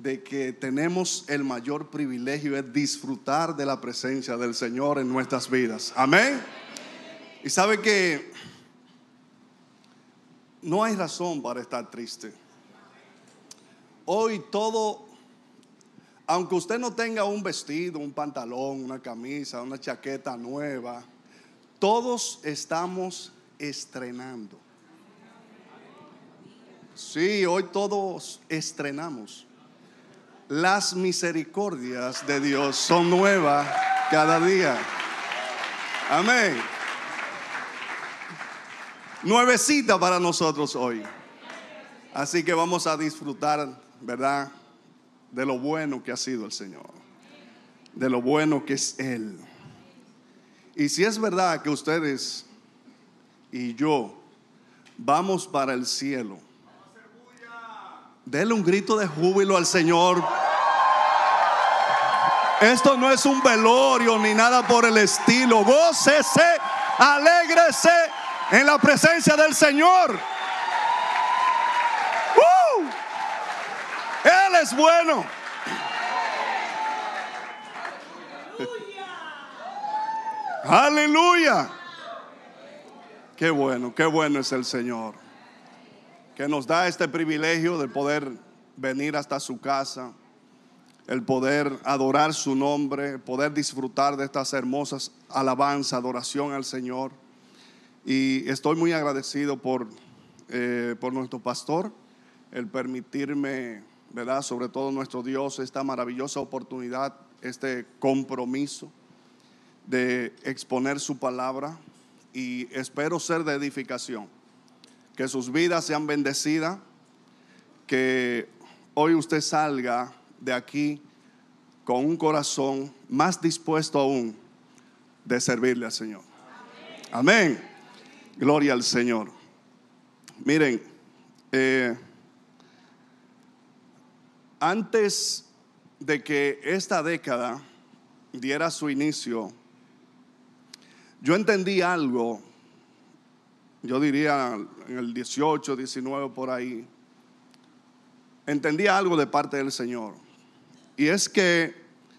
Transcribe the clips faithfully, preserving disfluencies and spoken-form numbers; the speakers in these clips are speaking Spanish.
de que tenemos el mayor privilegio es disfrutar de la presencia del Señor en nuestras vidas. Amén. Y sabe que no hay razón para estar triste. Hoy todo, aunque usted no tenga un vestido, un pantalón, una camisa, una chaqueta nueva, todos estamos estrenando. Sí, hoy todos estrenamos. Las misericordias de Dios son nuevas cada día. Amén. Nuevecita para nosotros hoy. Así que vamos a disfrutar, ¿verdad?, de lo bueno que ha sido el Señor, de lo bueno que es Él. Y si es verdad que ustedes y yo vamos para el cielo, denle un grito de júbilo al Señor. Esto no es un velorio ni nada por el estilo. Gócese, alégrese en la presencia del Señor. ¡Uh! Él es bueno. Aleluya. Qué bueno, qué bueno es el Señor, que nos da este privilegio de poder venir hasta su casa, el poder adorar su nombre, el poder disfrutar de estas hermosas alabanzas, adoración al Señor. Y estoy muy agradecido por, eh, por nuestro pastor, el permitirme, ¿verdad?, sobre todo nuestro Dios, esta maravillosa oportunidad, este compromiso de exponer su palabra, y espero ser de edificación, que sus vidas sean bendecidas, que hoy usted salga de aquí con un corazón más dispuesto aún de servirle al Señor. Amén. Amén. Gloria al Señor. Miren, eh, antes de que esta década diera su inicio, yo entendí algo, yo diría en el dieciocho, diecinueve por ahí, entendí algo de parte del Señor. Y es que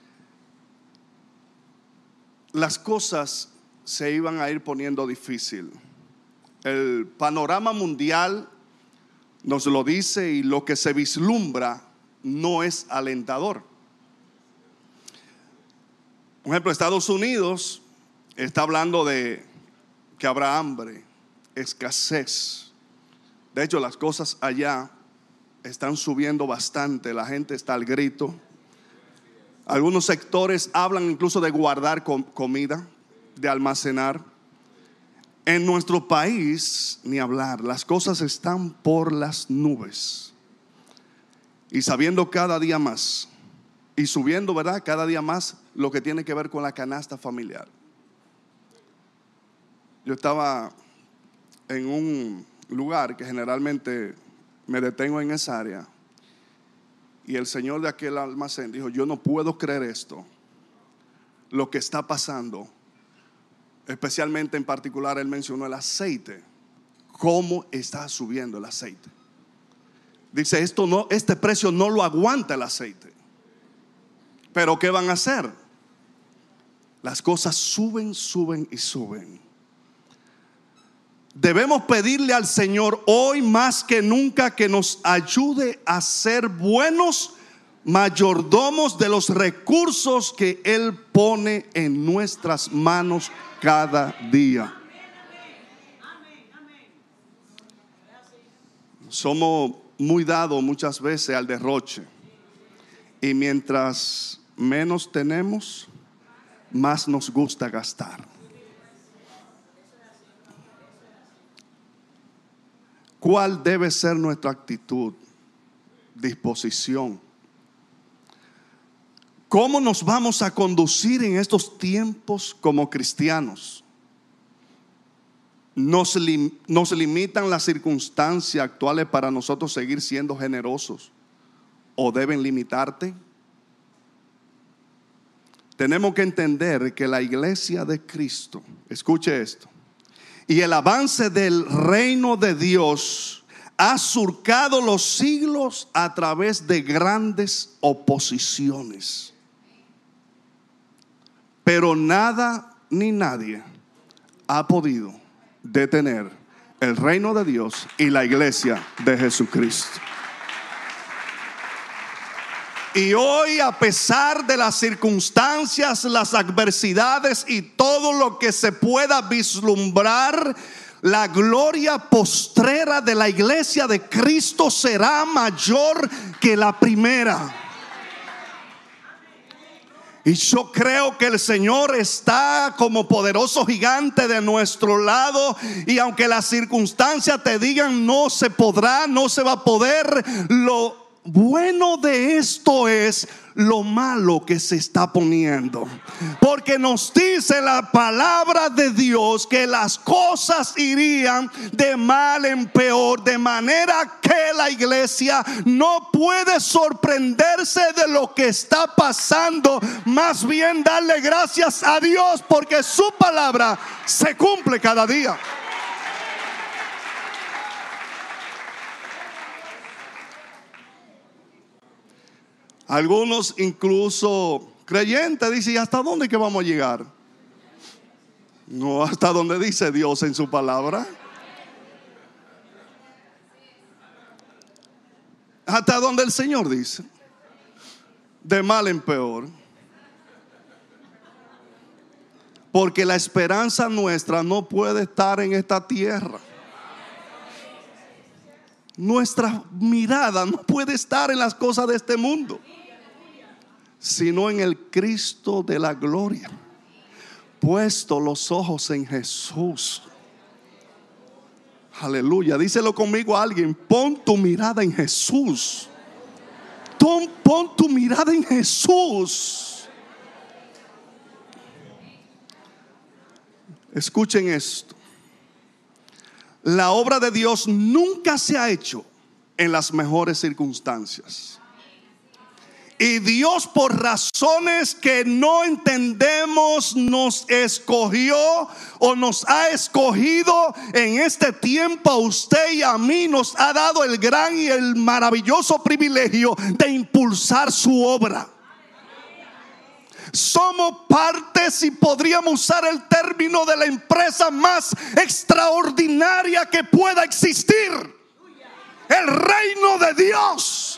las cosas se iban a ir poniendo difícil. El panorama mundial nos lo dice, y lo que se vislumbra no es alentador. Por ejemplo, Estados Unidos está hablando de que habrá hambre, escasez. De hecho, las cosas allá están subiendo bastante. La gente está al grito. Algunos sectores hablan incluso de guardar com- comida, de almacenar. En nuestro país, ni hablar. Las cosas están por las nubes. Y sabiendo cada día más, y subiendo, ¿verdad?, cada día más lo que tiene que ver con la canasta familiar. Yo estaba en un lugar que generalmente me detengo en esa área, y el señor de aquel almacén dijo: yo no puedo creer esto, lo que está pasando. Especialmente, en particular, él mencionó el aceite, cómo está subiendo el aceite. Dice, esto no, este precio no lo aguanta el aceite. Pero ¿qué van a hacer? Las cosas suben, suben y suben. Debemos pedirle al Señor hoy más que nunca que nos ayude a ser buenos mayordomos de los recursos que Él pone en nuestras manos cada día. Somos muy dados muchas veces al derroche, y mientras menos tenemos, más nos gusta gastar. ¿Cuál debe ser nuestra actitud, disposición? ¿Cómo nos vamos a conducir en estos tiempos como cristianos? ¿Nos, lim- nos limitan las circunstancias actuales para nosotros seguir siendo generosos, o deben limitarte? Tenemos que entender que la iglesia de Cristo, escuche esto, y el avance del reino de Dios ha surcado los siglos a través de grandes oposiciones. Pero nada ni nadie ha podido detener el reino de Dios y la iglesia de Jesucristo. Y hoy, a pesar de las circunstancias, las adversidades y todo lo que se pueda vislumbrar, la gloria postrera de la iglesia de Cristo será mayor que la primera. Y yo creo que el Señor está como poderoso gigante de nuestro lado. Y aunque las circunstancias te digan no se podrá, no se va a poder, lo bueno de esto es lo malo que se está poniendo, porque nos dice la palabra de Dios que las cosas irían de mal en peor, de manera que la iglesia no puede sorprenderse de lo que está pasando, más bien darle gracias a Dios porque su palabra se cumple cada día. Algunos incluso creyentes dicen: ¿y hasta dónde que vamos a llegar? No, hasta donde dice Dios en su palabra. Hasta donde el Señor dice, de mal en peor. Porque la esperanza nuestra no puede estar en esta tierra. Nuestra mirada no puede estar en las cosas de este mundo, sino en el Cristo de la gloria, puesto los ojos en Jesús. Aleluya, díselo conmigo a alguien: pon tu mirada en Jesús. Pon, pon tu mirada en Jesús. Escuchen esto. La obra de Dios nunca se ha hecho en las mejores circunstancias. Y Dios, por razones que no entendemos, nos escogió o nos ha escogido en este tiempo. A usted y a mí nos ha dado el gran y el maravilloso privilegio de impulsar su obra. Somos parte, si podríamos usar el término, de la empresa más extraordinaria que pueda existir: el reino de Dios.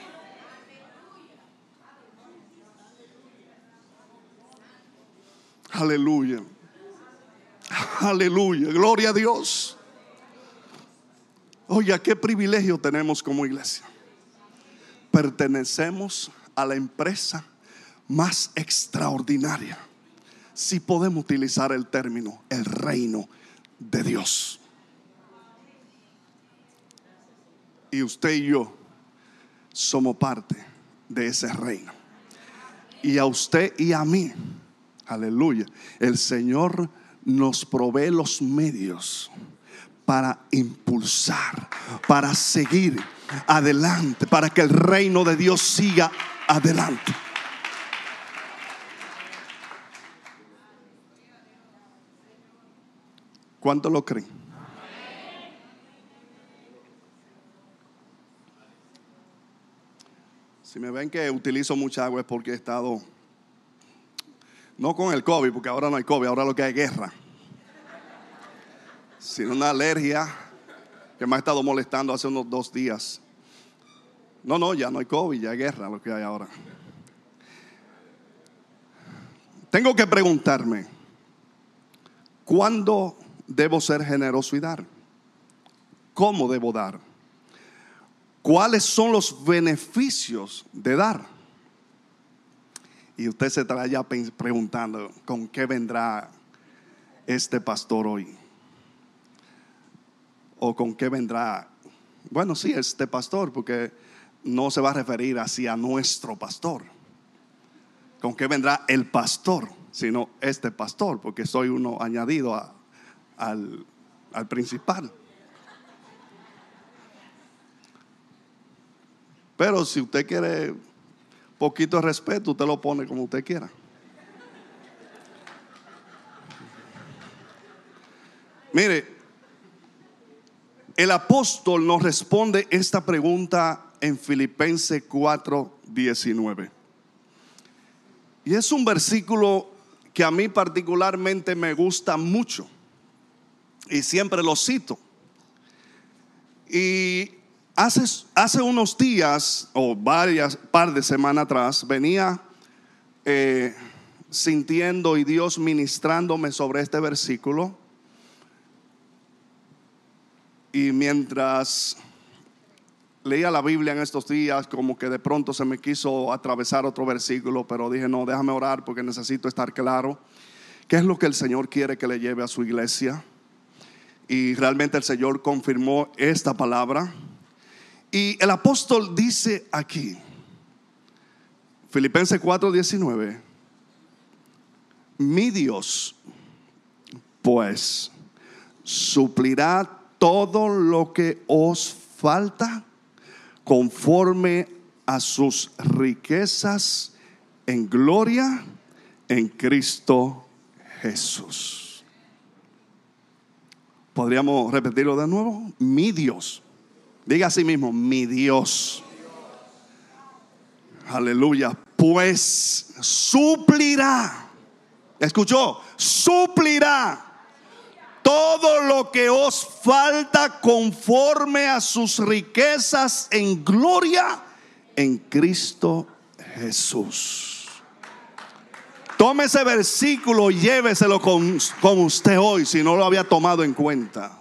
Aleluya, aleluya, gloria a Dios. Oiga, qué privilegio tenemos como iglesia. Pertenecemos a la empresa más extraordinaria, si podemos utilizar el término, el reino de Dios. Y usted y yo somos parte de ese reino. Y a usted y a mí, aleluya, el Señor nos provee los medios para impulsar, para seguir adelante, para que el reino de Dios siga adelante. ¿Cuánto lo creen? Si me ven que utilizo mucha agua es porque he estado, no con el COVID, porque ahora no hay COVID, ahora lo que hay es guerra, sino una alergia que me ha estado molestando hace unos dos días. No, no, ya no hay COVID, ya hay guerra lo que hay ahora. Tengo que preguntarme: ¿cuándo debo ser generoso y dar? ¿Cómo debo dar? ¿Cuáles son los beneficios de dar? Y usted se estará ya preguntando: ¿con qué vendrá este pastor hoy? ¿O con qué vendrá? Bueno, sí, este pastor, porque no se va a referir así a nuestro pastor. ¿Con qué vendrá el pastor? Sino este pastor, porque soy uno añadido a Al, al principal. Pero si usted quiere poquito de respeto, usted lo pone como usted quiera. Mire, el apóstol nos responde esta pregunta en Filipenses cuatro diecinueve. Y es un versículo que a mí particularmente me gusta mucho y siempre lo cito. Y hace, hace unos días o varias par de semanas atrás venía eh, sintiendo y Dios ministrándome sobre este versículo. Y mientras leía la Biblia en estos días, como que de pronto se me quiso atravesar otro versículo, pero dije no, déjame orar porque necesito estar claro qué es lo que el Señor quiere que le lleve a su iglesia. Y realmente el Señor confirmó esta palabra. Y el apóstol dice aquí, Filipenses cuatro diecinueve: mi Dios pues suplirá todo lo que os falta conforme a sus riquezas en gloria en Cristo Jesús. ¿Podríamos repetirlo de nuevo? Mi Dios. Diga así mismo, mi Dios. Aleluya. Pues suplirá. ¿Escuchó? Suplirá todo lo que os falta conforme a sus riquezas en gloria en Cristo Jesús. Tome ese versículo y lléveselo con, con usted hoy si no lo había tomado en cuenta.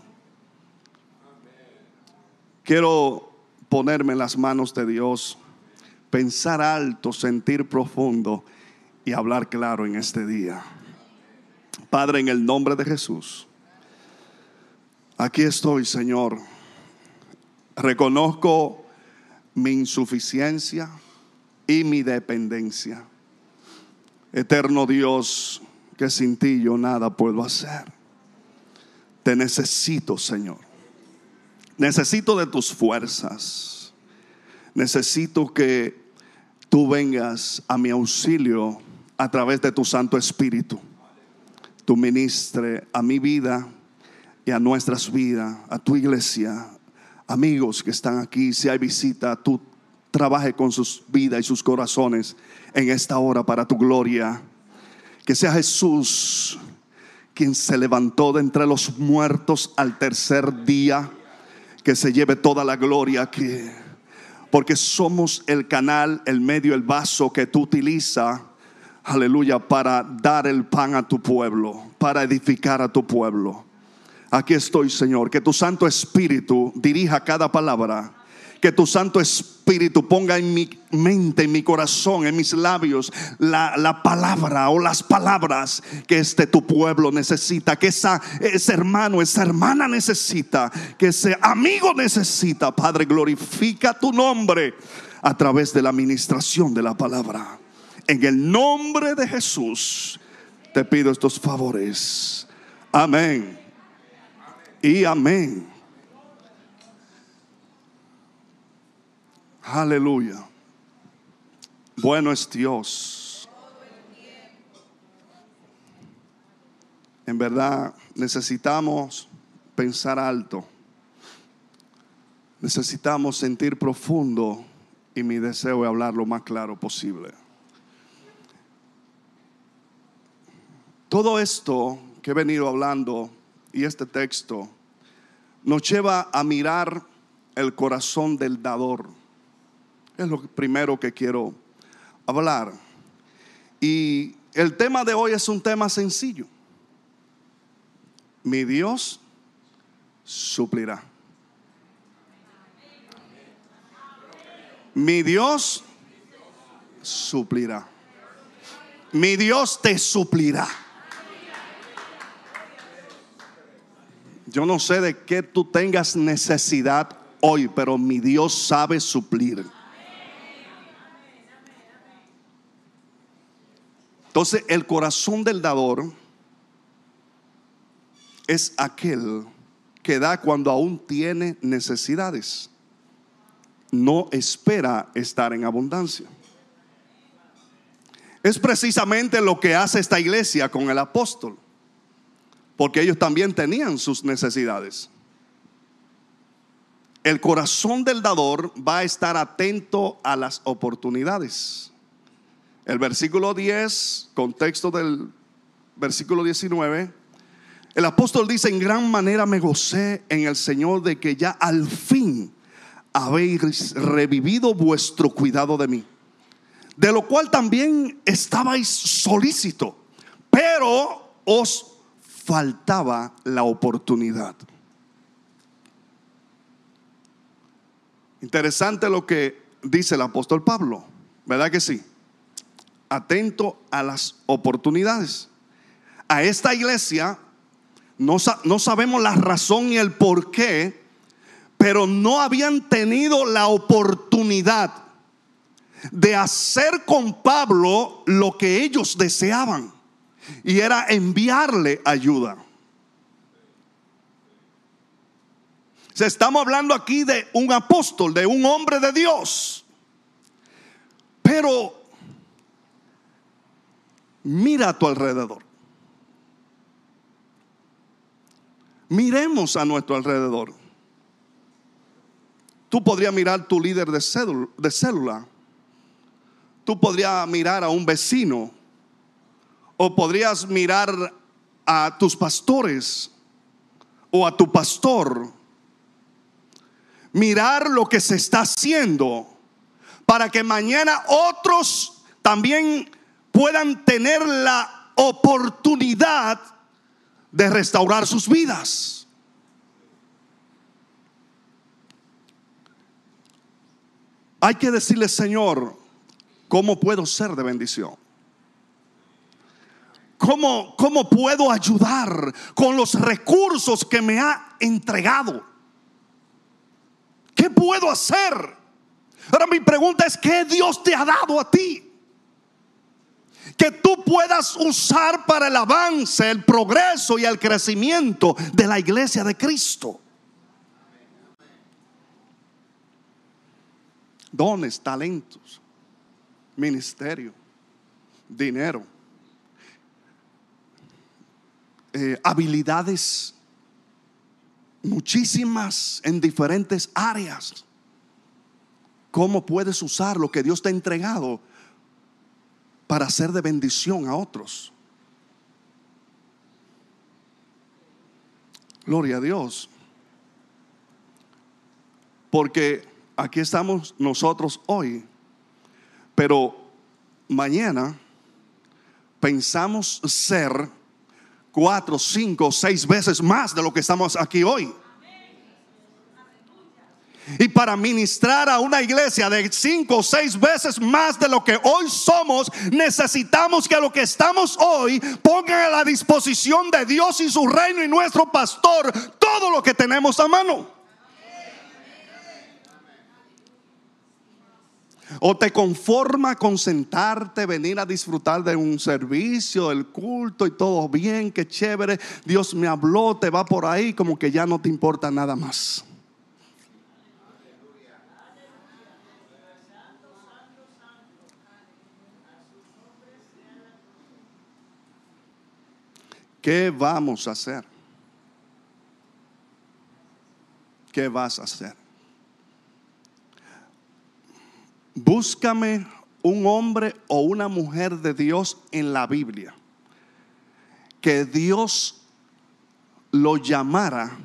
Quiero ponerme en las manos de Dios, pensar alto, sentir profundo y hablar claro en este día. Padre, en el nombre de Jesús, aquí estoy, Señor. Reconozco mi insuficiencia y mi dependencia. Eterno Dios, que sin ti yo nada puedo hacer. Te necesito, Señor. Necesito de tus fuerzas. Necesito que tú vengas a mi auxilio a través de tu Santo Espíritu. Tú ministre a mi vida y a nuestras vidas, a tu iglesia, amigos que están aquí. Si hay visita, tú trabaje con sus vidas y sus corazones en esta hora para tu gloria. Que sea Jesús quien se levantó de entre los muertos al tercer día, que se lleve toda la gloria aquí, porque somos el canal, el medio, el vaso que tú utilizas, aleluya, para dar el pan a tu pueblo, para edificar a tu pueblo. Aquí estoy, Señor. Que tu Santo Espíritu dirija cada palabra. Que tu Santo Espíritu ponga en mi mente, en mi corazón, en mis labios la, la palabra o las palabras que este tu pueblo necesita. Que esa, ese hermano, esa hermana necesita. Que ese amigo necesita. Padre, glorifica tu nombre a través de la administración de la palabra. En el nombre de Jesús te pido estos favores. Amén y amén. Aleluya. Bueno es Dios. En verdad necesitamos pensar alto. Necesitamos sentir profundo. Y mi deseo es hablar lo más claro posible. Todo esto que he venido hablando y este texto nos lleva a mirar el corazón del dador. Es lo primero que quiero hablar. Y el tema de hoy es un tema sencillo. Mi Dios suplirá. Mi Dios suplirá. Mi Dios te suplirá. Yo no sé de qué tú tengas necesidad hoy, pero mi Dios sabe suplir. Entonces, el corazón del dador es aquel que da cuando aún tiene necesidades. No espera estar en abundancia. Es precisamente lo que hace esta iglesia con el apóstol, porque ellos también tenían sus necesidades. el corazón del dador va a estar atento a las oportunidades. El versículo diez, contexto del versículo diecinueve, el apóstol dice: en gran manera me gocé en el Señor de que ya al fin habéis revivido vuestro cuidado de mí, de lo cual también estabais solícito, pero os faltaba la oportunidad. Interesante lo que dice el apóstol Pablo, ¿verdad que sí? Atento a las oportunidades. A esta iglesia no, no sabemos la razón y el por qué, pero no habían tenido la oportunidad de hacer con Pablo lo que ellos deseaban, y era enviarle ayuda. O sea, estamos hablando aquí de un apóstol, de un hombre de Dios. Pero mira a tu alrededor. Miremos a nuestro alrededor. Tú podrías mirar tu líder de célula, de célula. Tú podrías mirar a un vecino, o podrías mirar a tus pastores o a tu pastor. Mirar lo que se está haciendo para que mañana otros también puedan tener la oportunidad de restaurar sus vidas. Hay que decirle: Señor, ¿cómo puedo ser de bendición? ¿Cómo, cómo puedo ayudar con los recursos que me ha entregado? ¿Qué puedo hacer? Ahora mi pregunta es: ¿qué Dios te ha dado a ti que tú puedas usar para el avance, el progreso y el crecimiento de la iglesia de Cristo? Dones, talentos, ministerio, dinero, eh, habilidades muchísimas en diferentes áreas. ¿Cómo puedes usar lo que Dios te ha entregado para hacer de bendición a otros? Gloria a Dios. Porque aquí estamos nosotros hoy, pero mañana pensamos ser cuatro, cinco, seis veces más de lo que estamos aquí hoy. Y para ministrar a una iglesia de cinco o seis veces más de lo que hoy somos, necesitamos que lo que estamos hoy pongan a la disposición de Dios y su reino y nuestro pastor todo lo que tenemos a mano. ¿O te conforma con sentarte, venir a disfrutar de un servicio, del culto y todo bien, qué chévere, Dios me habló, te va por ahí, como que ya no te importa nada más? ¿Qué vamos a hacer? ¿Qué vas a hacer? Búscame un hombre o una mujer de Dios en la Biblia que Dios lo llamara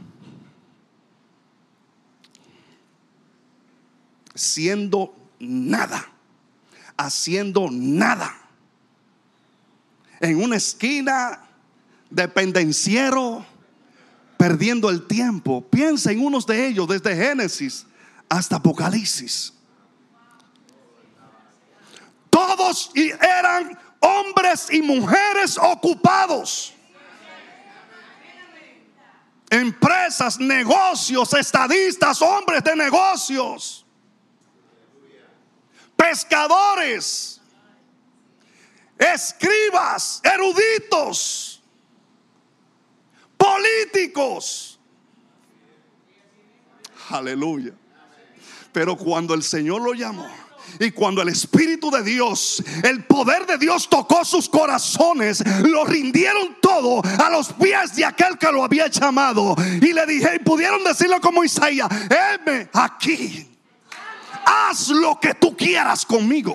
siendo nada, haciendo nada, en una esquina de pendenciero, perdiendo el tiempo. Piensa en unos de ellos, desde Génesis hasta Apocalipsis. Todos eran hombres y mujeres ocupados. Empresas, negocios, estadistas, hombres de negocios, pescadores, escribas, eruditos, políticos. Aleluya. Pero cuando el Señor lo llamó, Y cuando el Espíritu de Dios, el poder de Dios tocó sus corazones, lo rindieron todo a los pies de aquel que lo había llamado. Y le dije, y pudieron decirlo como Isaías: heme aquí, haz lo que tú quieras conmigo.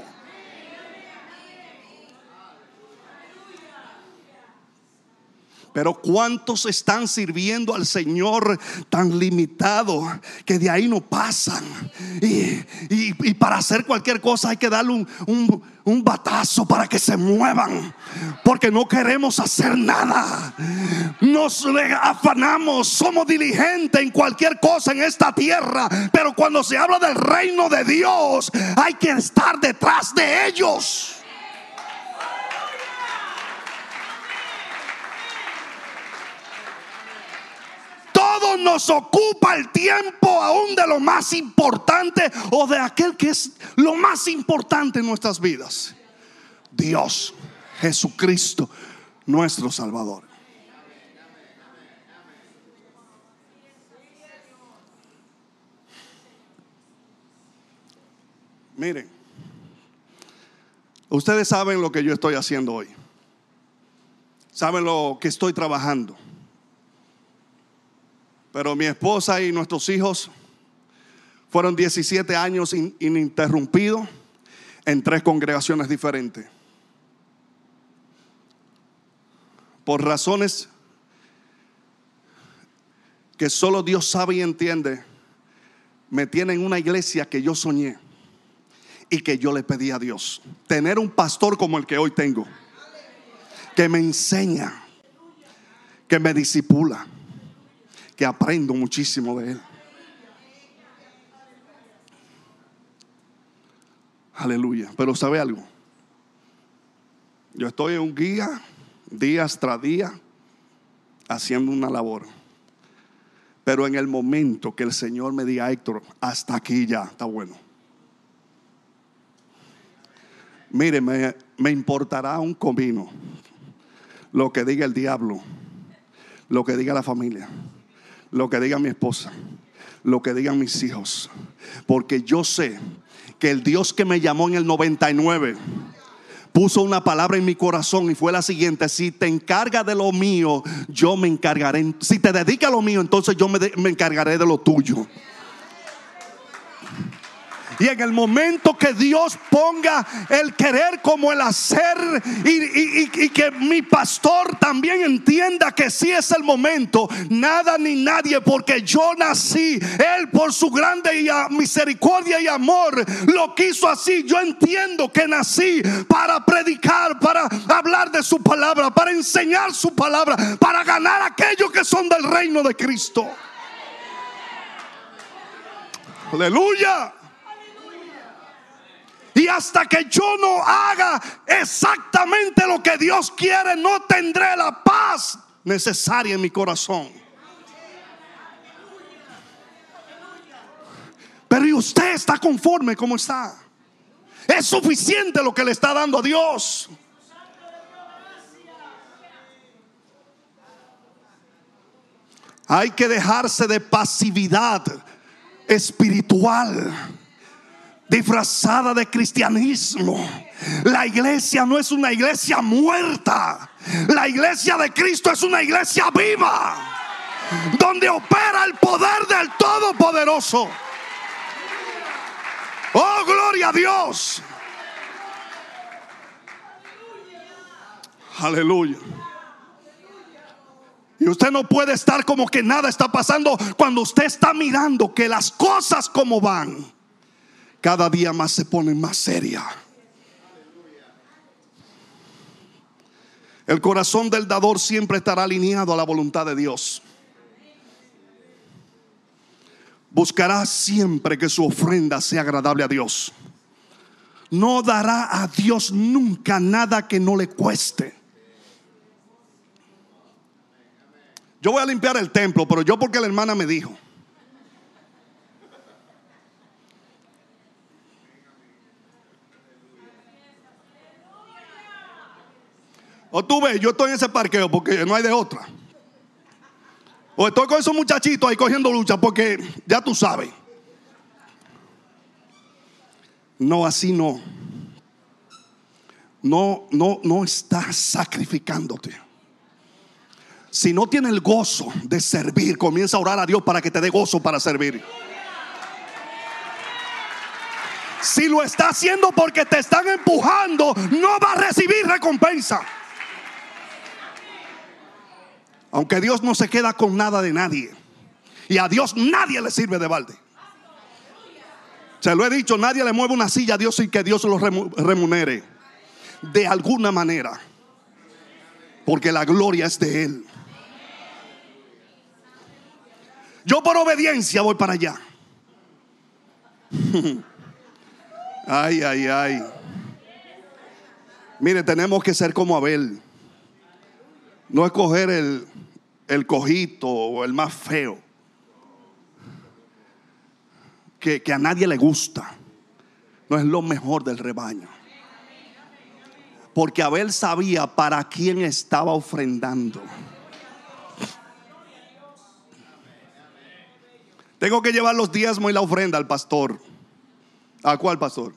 Pero ¿cuántos están sirviendo al Señor tan limitado que de ahí no pasan? Y, y, y para hacer cualquier cosa hay que darle un, un, un batazo para que se muevan, porque no queremos hacer nada. Nos afanamos, somos diligentes en cualquier cosa en esta tierra, pero cuando se habla del reino de Dios hay que estar detrás de ellos. Todo nos ocupa el tiempo, aún de lo más importante o de aquel que es lo más importante en nuestras vidas: Dios, Jesucristo, nuestro Salvador. Miren, ustedes saben lo que yo estoy haciendo hoy, saben lo que estoy trabajando. Pero mi esposa y nuestros hijos fueron diecisiete años in, ininterrumpidos en tres congregaciones diferentes. Por razones que solo Dios sabe y entiende, me tiene en una iglesia que yo soñé y que yo le pedí a Dios. Tener un pastor como el que hoy tengo, que me enseña, que me discipula, que aprendo muchísimo de él. Aleluya. Pero ¿sabe algo? Yo estoy en un guía, día tras día, haciendo una labor. Pero en el momento que el Señor me diga: Héctor, hasta aquí ya, está bueno. Mire, me, me importará un comino lo que diga el diablo, lo que diga la familia, lo que diga mi esposa, lo que digan mis hijos, porque yo sé que el Dios que me llamó en el noventa y nueve puso una palabra en mi corazón y fue la siguiente: si te encargas de lo mío, yo me encargaré. Si te dedicas a lo mío, entonces yo me, de, me encargaré de lo tuyo. Y en el momento que Dios ponga el querer como el hacer, y, y, y, y que mi pastor también entienda que sí es el momento, nada ni nadie, porque yo nací, Él por su grande misericordia y amor lo quiso así. Yo entiendo que nací para predicar, para hablar de su palabra, para enseñar su palabra, para ganar a aquellos que son del reino de Cristo. Aleluya. Y hasta que yo no haga exactamente lo que Dios quiere, no tendré la paz necesaria en mi corazón. Pero ¿y usted está conforme como está? ¿Es suficiente lo que le está dando a Dios? Hay que dejarse de pasividad espiritual disfrazada de cristianismo. La iglesia no es una iglesia muerta. La iglesia de Cristo es una iglesia viva, donde opera el poder del Todopoderoso. Oh, gloria a Dios. Aleluya. Y usted no puede estar como que nada está pasando cuando usted está mirando que las cosas como van cada día más se ponen más serias. El corazón del dador siempre estará alineado a la voluntad de Dios. Buscará siempre que su ofrenda sea agradable a Dios. No dará a Dios nunca nada que no le cueste. Yo voy a limpiar el templo, pero yo porque la hermana me dijo. O tú ves, yo estoy en ese parqueo porque no hay de otra. O estoy con esos muchachitos ahí cogiendo lucha porque ya tú sabes. No, así no. No, no, no estás sacrificándote. Si no tienes el gozo de servir, comienza a orar a Dios para que te dé gozo para servir. Si lo está haciendo porque te están empujando, no va a recibir recompensa. Aunque Dios no se queda con nada de nadie, y a Dios nadie le sirve de balde. Se lo he dicho, nadie le mueve una silla a Dios sin que Dios lo remunere de alguna manera, porque la gloria es de Él. Yo por obediencia voy para allá. Ay, ay, ay. Mire, tenemos que ser como Abel. No escoger el, el cojito o el más feo, que, que a nadie le gusta. No es lo mejor del rebaño. Porque Abel sabía para quién estaba ofrendando. Tengo que llevar los diezmos y la ofrenda al pastor. ¿A cuál pastor?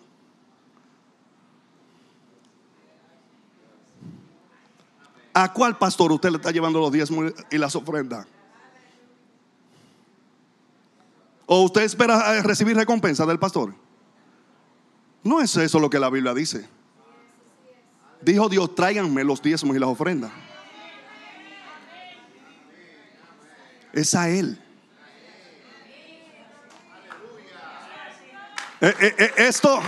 ¿A cuál pastor usted le está llevando los diezmos y las ofrendas? ¿O usted espera recibir recompensa del pastor? No es eso lo que la Biblia dice. Dijo Dios: tráiganme los diezmos y las ofrendas. Es a Él. Eh, eh, eh, esto,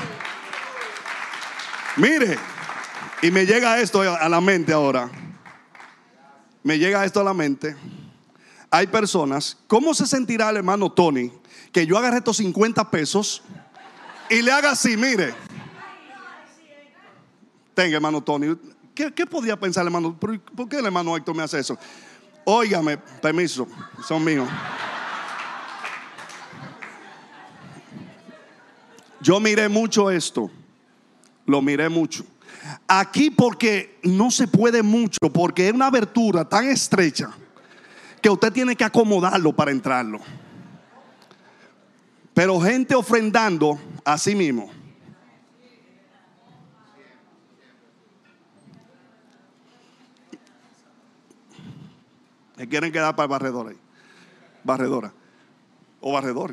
mire, y me llega esto a la mente ahora. Me llega esto a la mente. Hay personas, ¿cómo se sentirá el hermano Tony que yo agarre estos cincuenta pesos y le haga así? Mire, tenga, hermano Tony. ¿Qué, qué podría pensar el hermano? ¿Por qué el hermano Héctor me hace eso? Óigame, permiso, son míos. Yo miré mucho esto. Lo miré mucho. Aquí porque no se puede mucho, porque es una abertura tan estrecha que usted tiene que acomodarlo para entrarlo. Pero gente ofrendando a sí mismo. Se quieren quedar para el barredor ahí. Barredora o barredor.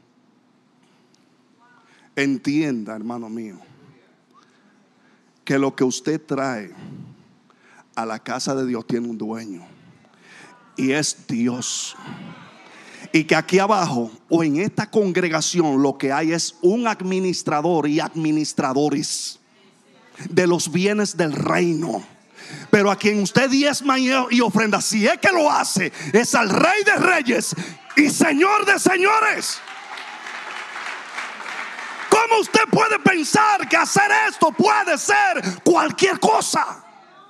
Entienda, hermano mío, que lo que usted trae a la casa de Dios tiene un dueño, y es Dios. Y que aquí abajo o en esta congregación lo que hay es un administrador y administradores de los bienes del reino. Pero a quien usted diezma y ofrenda, si es que lo hace, es al Rey de Reyes y Señor de Señores. ¿Cómo usted puede pensar que hacer esto puede ser cualquier cosa?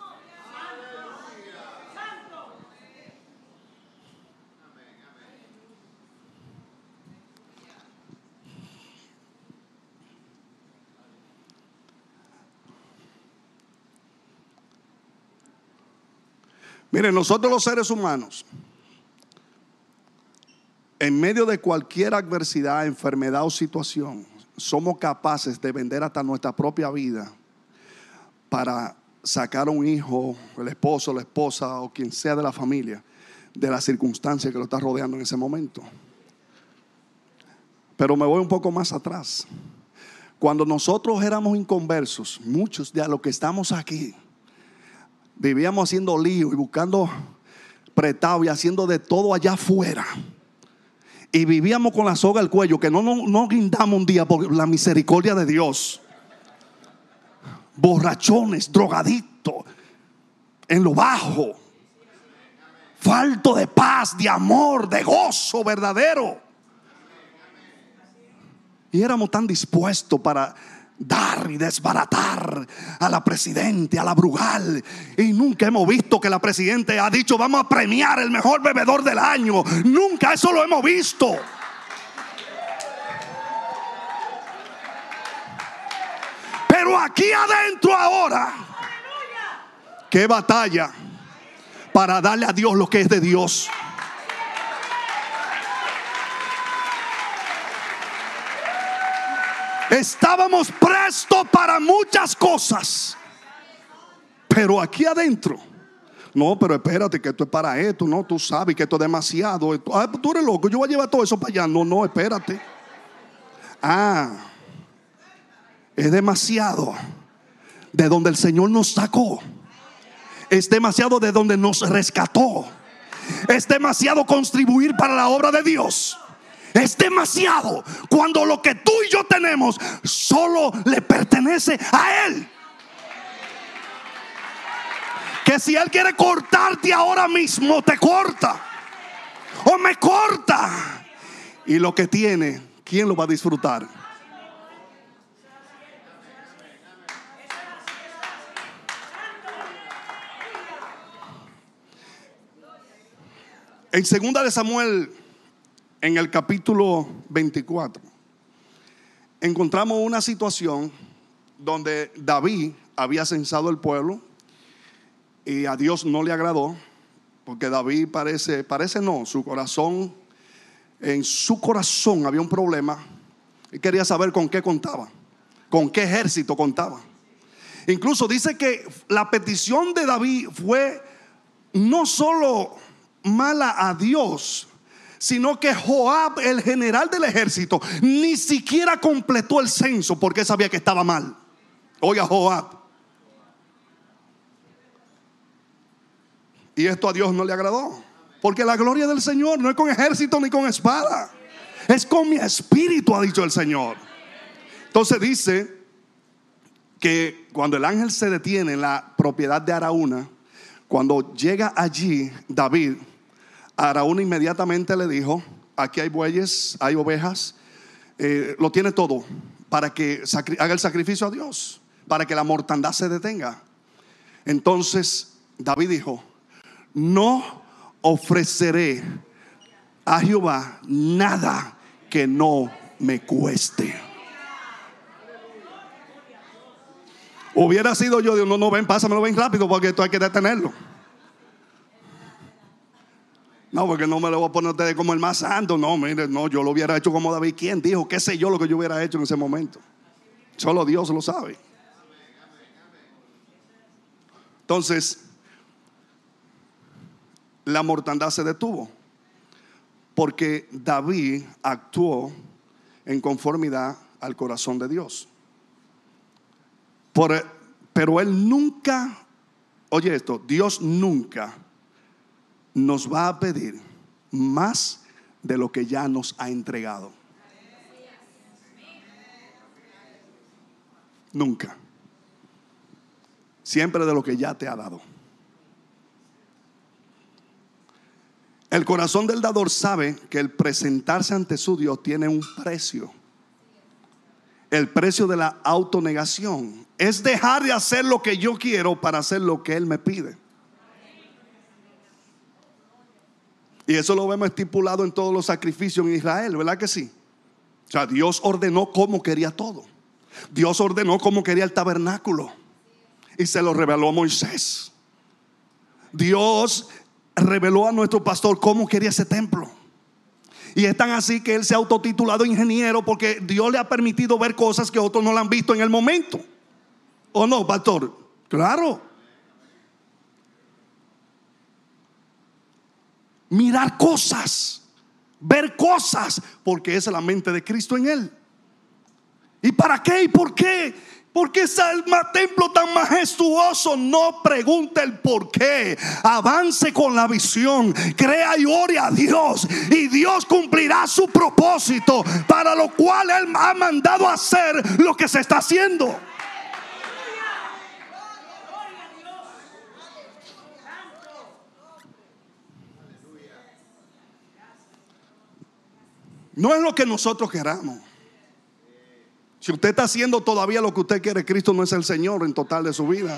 Miren, nosotros los seres humanos, en medio de cualquier adversidad, enfermedad o situación, somos capaces de vender hasta nuestra propia vida para sacar a un hijo, el esposo, la esposa o quien sea de la familia de la circunstancia que lo está rodeando en ese momento. Pero me voy un poco más atrás. Cuando nosotros éramos inconversos, muchos de los que estamos aquí vivíamos haciendo lío y buscando prestado y haciendo de todo allá afuera. Y vivíamos con la soga al cuello, que no nos no, no guindamos un día por la misericordia de Dios. Borrachones, drogadictos, en lo bajo, falto de paz, de amor, de gozo verdadero. Y éramos tan dispuestos para dar y desbaratar a la presidente, a la Brugal. Y nunca hemos visto que la presidente ha dicho: vamos a premiar el mejor bebedor del año. Nunca eso lo hemos visto. Pero aquí adentro ahora, qué batalla para darle a Dios lo que es de Dios. Estábamos prestos para muchas cosas, pero aquí adentro, no, pero espérate, que esto es para esto. No, tú sabes que esto es demasiado. Esto, ah, tú eres loco, yo voy a llevar todo eso para allá. No, no, espérate. Ah, es demasiado de donde el Señor nos sacó. Es demasiado de donde nos rescató. Es demasiado contribuir para la obra de Dios. Es demasiado cuando lo que tú y yo tenemos solo le pertenece a Él. Que si Él quiere cortarte ahora mismo, te corta. O me corta. Y lo que tiene, ¿quién lo va a disfrutar? En segunda de Samuel, en el capítulo veinticuatro, encontramos una situación donde David había censado el pueblo y a Dios no le agradó, porque David parece, parece no, su corazón, en su corazón había un problema y quería saber con qué contaba, con qué ejército contaba. Incluso dice que la petición de David fue no solo mala a Dios, sino que Joab, el general del ejército, ni siquiera completó el censo porque sabía que estaba mal. Oiga, Joab. Y esto a Dios no le agradó, porque la gloria del Señor no es con ejército ni con espada, es con mi espíritu, ha dicho el Señor. Entonces dice que cuando el ángel se detiene en la propiedad de Araúna, cuando llega allí David, Araúna inmediatamente le dijo: aquí hay bueyes, hay ovejas, eh, lo tiene todo para que haga el sacrificio a Dios, para que la mortandad se detenga. Entonces David dijo: no ofreceré a Jehová nada que no me cueste. Hubiera sido yo, Dios, no, no, ven, pásamelo, ven rápido, porque esto hay que detenerlo. No, porque no me lo voy a poner a ustedes como el más santo. No, mire, no, yo lo hubiera hecho como David. ¿Quién dijo? ¿Qué sé yo lo que yo hubiera hecho en ese momento? Solo Dios lo sabe. Entonces, la mortandad se detuvo porque David actuó en conformidad al corazón de Dios. Por, pero él nunca, oye esto, Dios nunca nos va a pedir más de lo que ya nos ha entregado. Nunca. Siempre de lo que ya te ha dado. El corazón del dador sabe que el presentarse ante su Dios tiene un precio. El precio de la autonegación es dejar de hacer lo que yo quiero para hacer lo que Él me pide. Y eso lo vemos estipulado en todos los sacrificios en Israel, ¿verdad que sí? O sea, Dios ordenó cómo quería todo. Dios ordenó cómo quería el tabernáculo y se lo reveló a Moisés. Dios reveló a nuestro pastor cómo quería ese templo. Y es tan así que él se ha autotitulado ingeniero porque Dios le ha permitido ver cosas que otros no le han visto en el momento. ¿O no, pastor? Claro. Mirar cosas, ver cosas, porque esa es la mente de Cristo en él. ¿Y para qué? ¿Y por qué? Porque es el templo tan majestuoso. No pregunte el por qué. Avance con la visión. Crea y ore a Dios, y Dios cumplirá su propósito, para lo cual Él ha mandado hacer lo que se está haciendo. No es lo que nosotros queramos. Si usted está haciendo todavía lo que usted quiere, Cristo no es el Señor en total de su vida.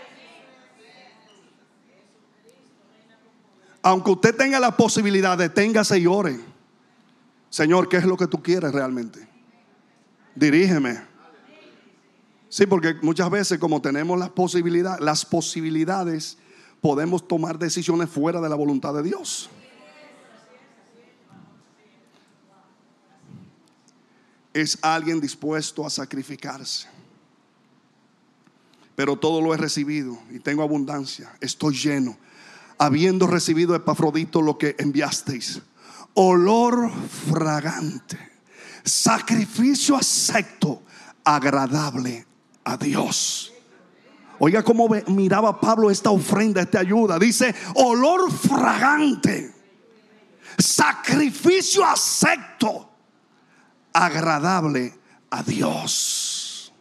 Aunque usted tenga la posibilidad, deténgase y ore. Señor, ¿qué es lo que tú quieres realmente? Dirígeme. Sí, porque muchas veces, como tenemos las posibilidades, las posibilidades, podemos tomar decisiones fuera de la voluntad de Dios. es alguien dispuesto a sacrificarse. Pero todo lo he recibido y tengo abundancia, estoy lleno, habiendo recibido de Epafrodito lo que enviasteis, olor fragante, sacrificio acepto, agradable a Dios. Oiga cómo miraba Pablo esta ofrenda, esta ayuda. Dice olor fragante, sacrificio acepto, agradable a Dios.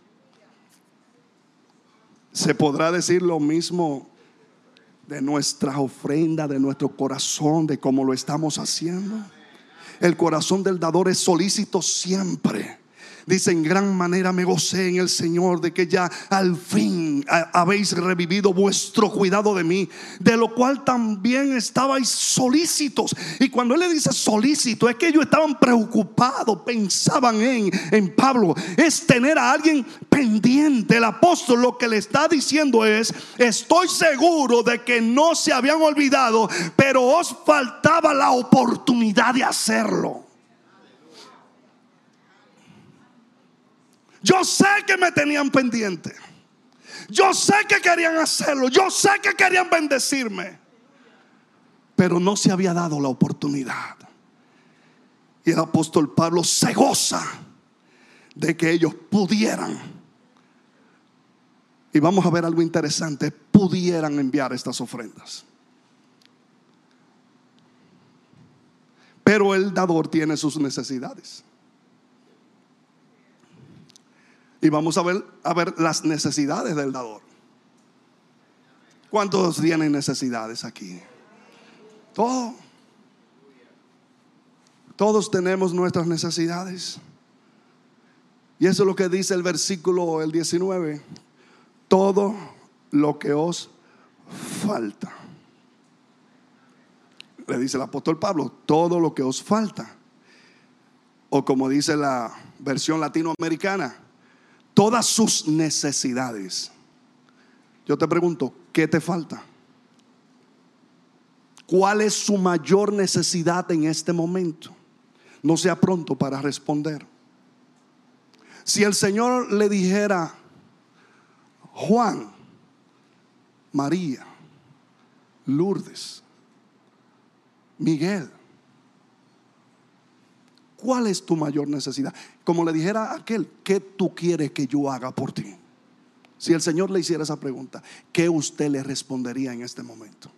¿Se podrá decir lo mismo de nuestra ofrenda, de nuestro corazón, de cómo lo estamos haciendo? El corazón del dador es solícito siempre. Dice: en gran manera me gocé en el Señor de que ya al fin habéis revivido vuestro cuidado de mí, de lo cual también estabais solícitos. Y cuando él le dice solícito, es que ellos estaban preocupados, pensaban en, en Pablo. Es tener a alguien pendiente. El apóstol lo que le está diciendo es: estoy seguro de que no se habían olvidado, pero os faltaba la oportunidad de hacerlo. Yo sé que me tenían pendiente, yo sé que querían hacerlo, yo sé que querían bendecirme, pero no se había dado la oportunidad. Y el apóstol Pablo se goza de que ellos pudieran, y vamos a ver algo interesante, pudieran enviar estas ofrendas. Pero el dador tiene sus necesidades. Y vamos a ver, a ver las necesidades del dador. ¿Cuántos tienen necesidades aquí? Todos. Todos tenemos nuestras necesidades. Y eso es lo que dice el versículo el diecinueve. Todo lo que os falta. Le dice el apóstol Pablo, todo lo que os falta. O como dice la versión latinoamericana, todas sus necesidades. Yo te pregunto, ¿qué te falta? ¿Cuál es su mayor necesidad en este momento? No sea pronto para responder. Si el Señor le dijera: Juan, María, Lourdes, Miguel, ¿cuál es tu mayor necesidad? Como le dijera a aquel: ¿qué tú quieres que yo haga por ti? Si el Señor le hiciera esa pregunta, ¿qué usted le respondería en este momento?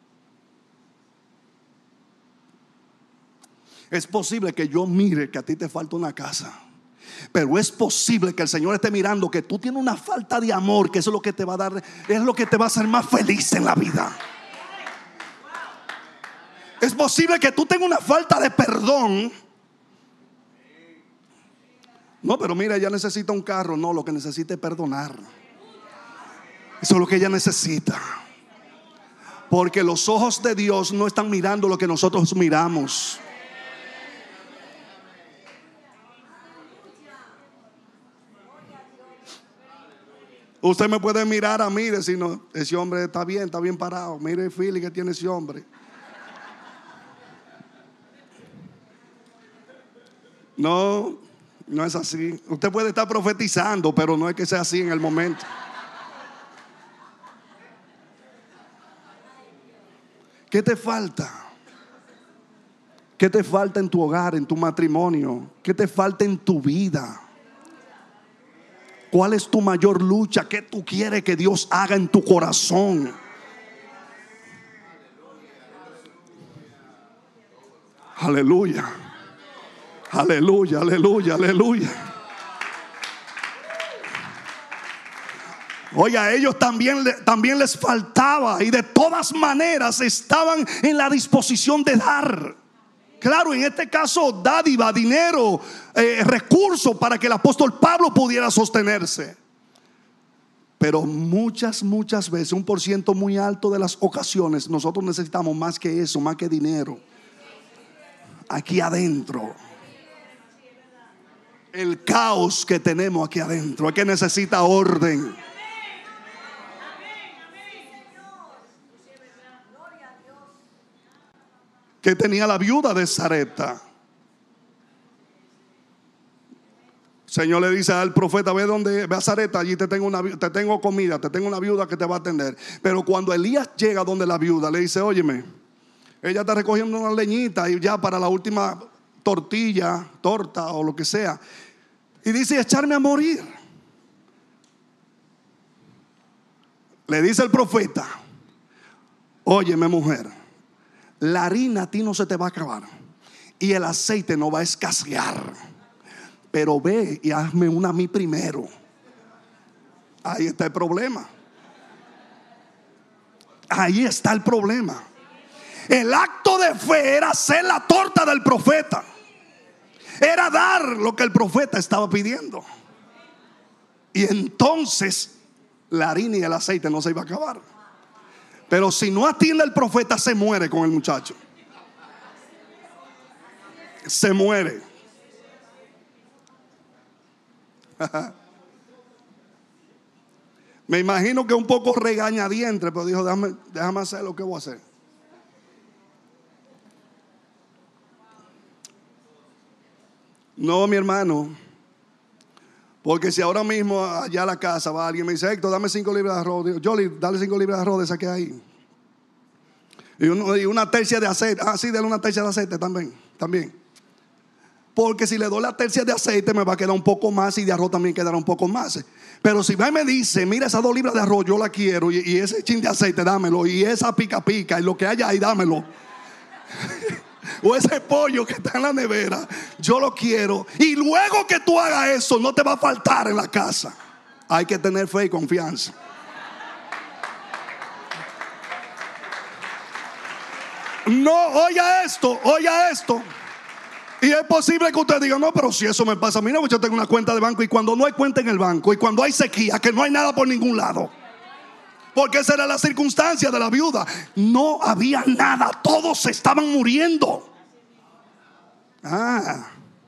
Es posible que yo mire que a ti te falta una casa, pero es posible que el Señor esté mirando que tú tienes una falta de amor, que eso es lo que te va a dar, es lo que te va a hacer más feliz en la vida. Es posible que tú tengas una falta de perdón. No, pero mira, ella necesita un carro. No, lo que necesita es perdonar. Eso es lo que ella necesita. Porque los ojos de Dios no están mirando lo que nosotros miramos. Usted me puede mirar a mí y decir: no, ese hombre está bien, está bien parado. Mire el feeling que tiene ese hombre. No, no es así. Usted puede estar profetizando, pero no es que sea así en el momento. ¿Qué te falta? ¿Qué te falta en tu hogar, en tu matrimonio? ¿Qué te falta en tu vida? ¿Cuál es tu mayor lucha? ¿Qué tú quieres que Dios haga en tu corazón? Aleluya. Aleluya, aleluya, aleluya. Oiga, a ellos también, también les faltaba, y de todas maneras estaban en la disposición de dar. Claro, en este caso dádiva, dinero, eh, recursos para que el apóstol Pablo pudiera sostenerse. Pero muchas, muchas veces, un por ciento muy alto de las ocasiones, nosotros necesitamos más que eso, más que dinero. Aquí adentro, el caos que tenemos aquí adentro es que necesita orden. Que tenía la viuda de Sarepta. Señor le dice al profeta: ve donde, ve a Zareta, allí te tengo, una, te tengo comida, te tengo una viuda que te va a atender. Pero cuando Elías llega donde la viuda, le dice: óyeme, ella está recogiendo una leñita y ya para la última tortilla, torta o lo que sea. Y dice: echarme a morir. Le dice el profeta: óyeme, mujer, la harina a ti no se te va a acabar y el aceite no va a escasear, pero ve y hazme una a mí primero. Ahí está el problema. Ahí está el problema. El acto de fe era hacer la torta del profeta, era dar lo que el profeta estaba pidiendo. Y entonces la harina y el aceite no se iba a acabar. Pero si no atiende el profeta, se muere con el muchacho. Se muere. Me imagino que un poco regañadiente, pero dijo: déjame, déjame hacer lo que voy a hacer. No, mi hermano, porque si ahora mismo allá a la casa va alguien y me dice: Héctor, dame cinco libras de arroz. Digo: Jolly, dale cinco libras de arroz de esa que hay. Y, uno, y una tercia de aceite. Ah, sí, dale una tercia de aceite también, también. Porque si le doy la tercia de aceite me va a quedar un poco más, y de arroz también quedará un poco más. Pero si va y me dice: mira, esas dos libras de arroz yo la quiero, y, y ese chin de aceite dámelo, y esa pica pica y lo que haya ahí dámelo. O ese pollo que está en la nevera, yo lo quiero. Y luego que tú hagas eso, no te va a faltar en la casa. Hay que tener fe y confianza. No, oiga esto, oiga esto. Y es posible que usted diga: no, pero si eso me pasa a mí, no, yo tengo una cuenta de banco, y cuando no hay cuenta en el banco, y cuando hay sequía, que no hay nada por ningún lado. Porque esa era la circunstancia de la viuda. No había nada, todos se estaban muriendo. Ah.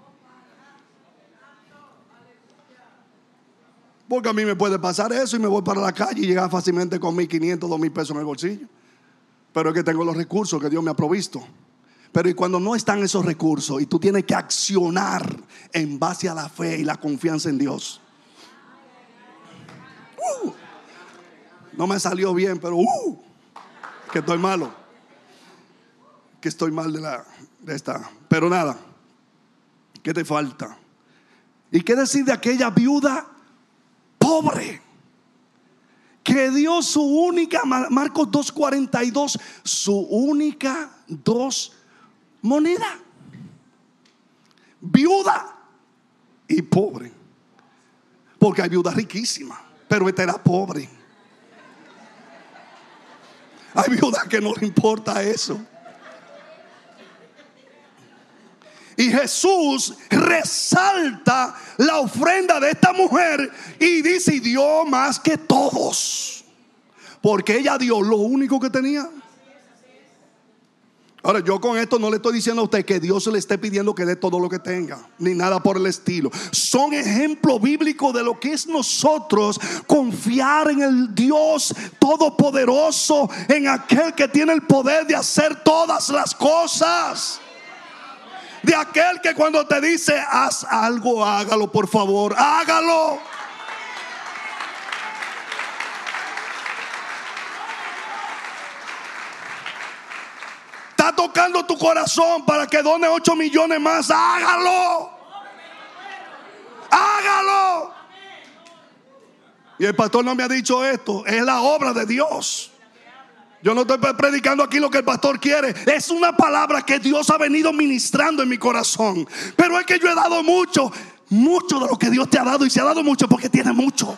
Porque a mí me puede pasar eso y me voy para la calle y llegar fácilmente con mil quinientos, dos mil pesos en el bolsillo. Pero es que tengo los recursos que Dios me ha provisto. Pero y cuando no están esos recursos y tú tienes que accionar en base a la fe y la confianza en Dios. Uh, no me salió bien, pero uh, que estoy malo. Que estoy mal de, la, de esta. Pero nada, ¿qué te falta? ¿Y qué decir de aquella viuda pobre que dio su única, Marcos dos cuarenta y dos, su única dos moneda? Viuda y pobre. Porque hay viudas riquísimas, pero esta era pobre. Hay viudas que no le importa eso. Y Jesús resalta la ofrenda de esta mujer y dice: y dio más que todos, porque ella dio lo único que tenía. Ahora, yo con esto no le estoy diciendo a usted que Dios le esté pidiendo que dé todo lo que tenga, ni nada por el estilo. Son ejemplo bíblico de lo que es nosotros confiar en el Dios todopoderoso, en aquel que tiene el poder de hacer todas las cosas. De aquel que cuando te dice: haz algo, hágalo, por favor, hágalo. Está tocando tu corazón para que done ocho millones más. Hágalo. Hágalo. Y el pastor no me ha dicho esto. Es la obra de Dios. Yo no estoy predicando aquí lo que el pastor quiere. Es una palabra que Dios ha venido ministrando en mi corazón. Pero es que yo he dado mucho. Mucho de lo que Dios te ha dado. Y se ha dado mucho porque tiene mucho.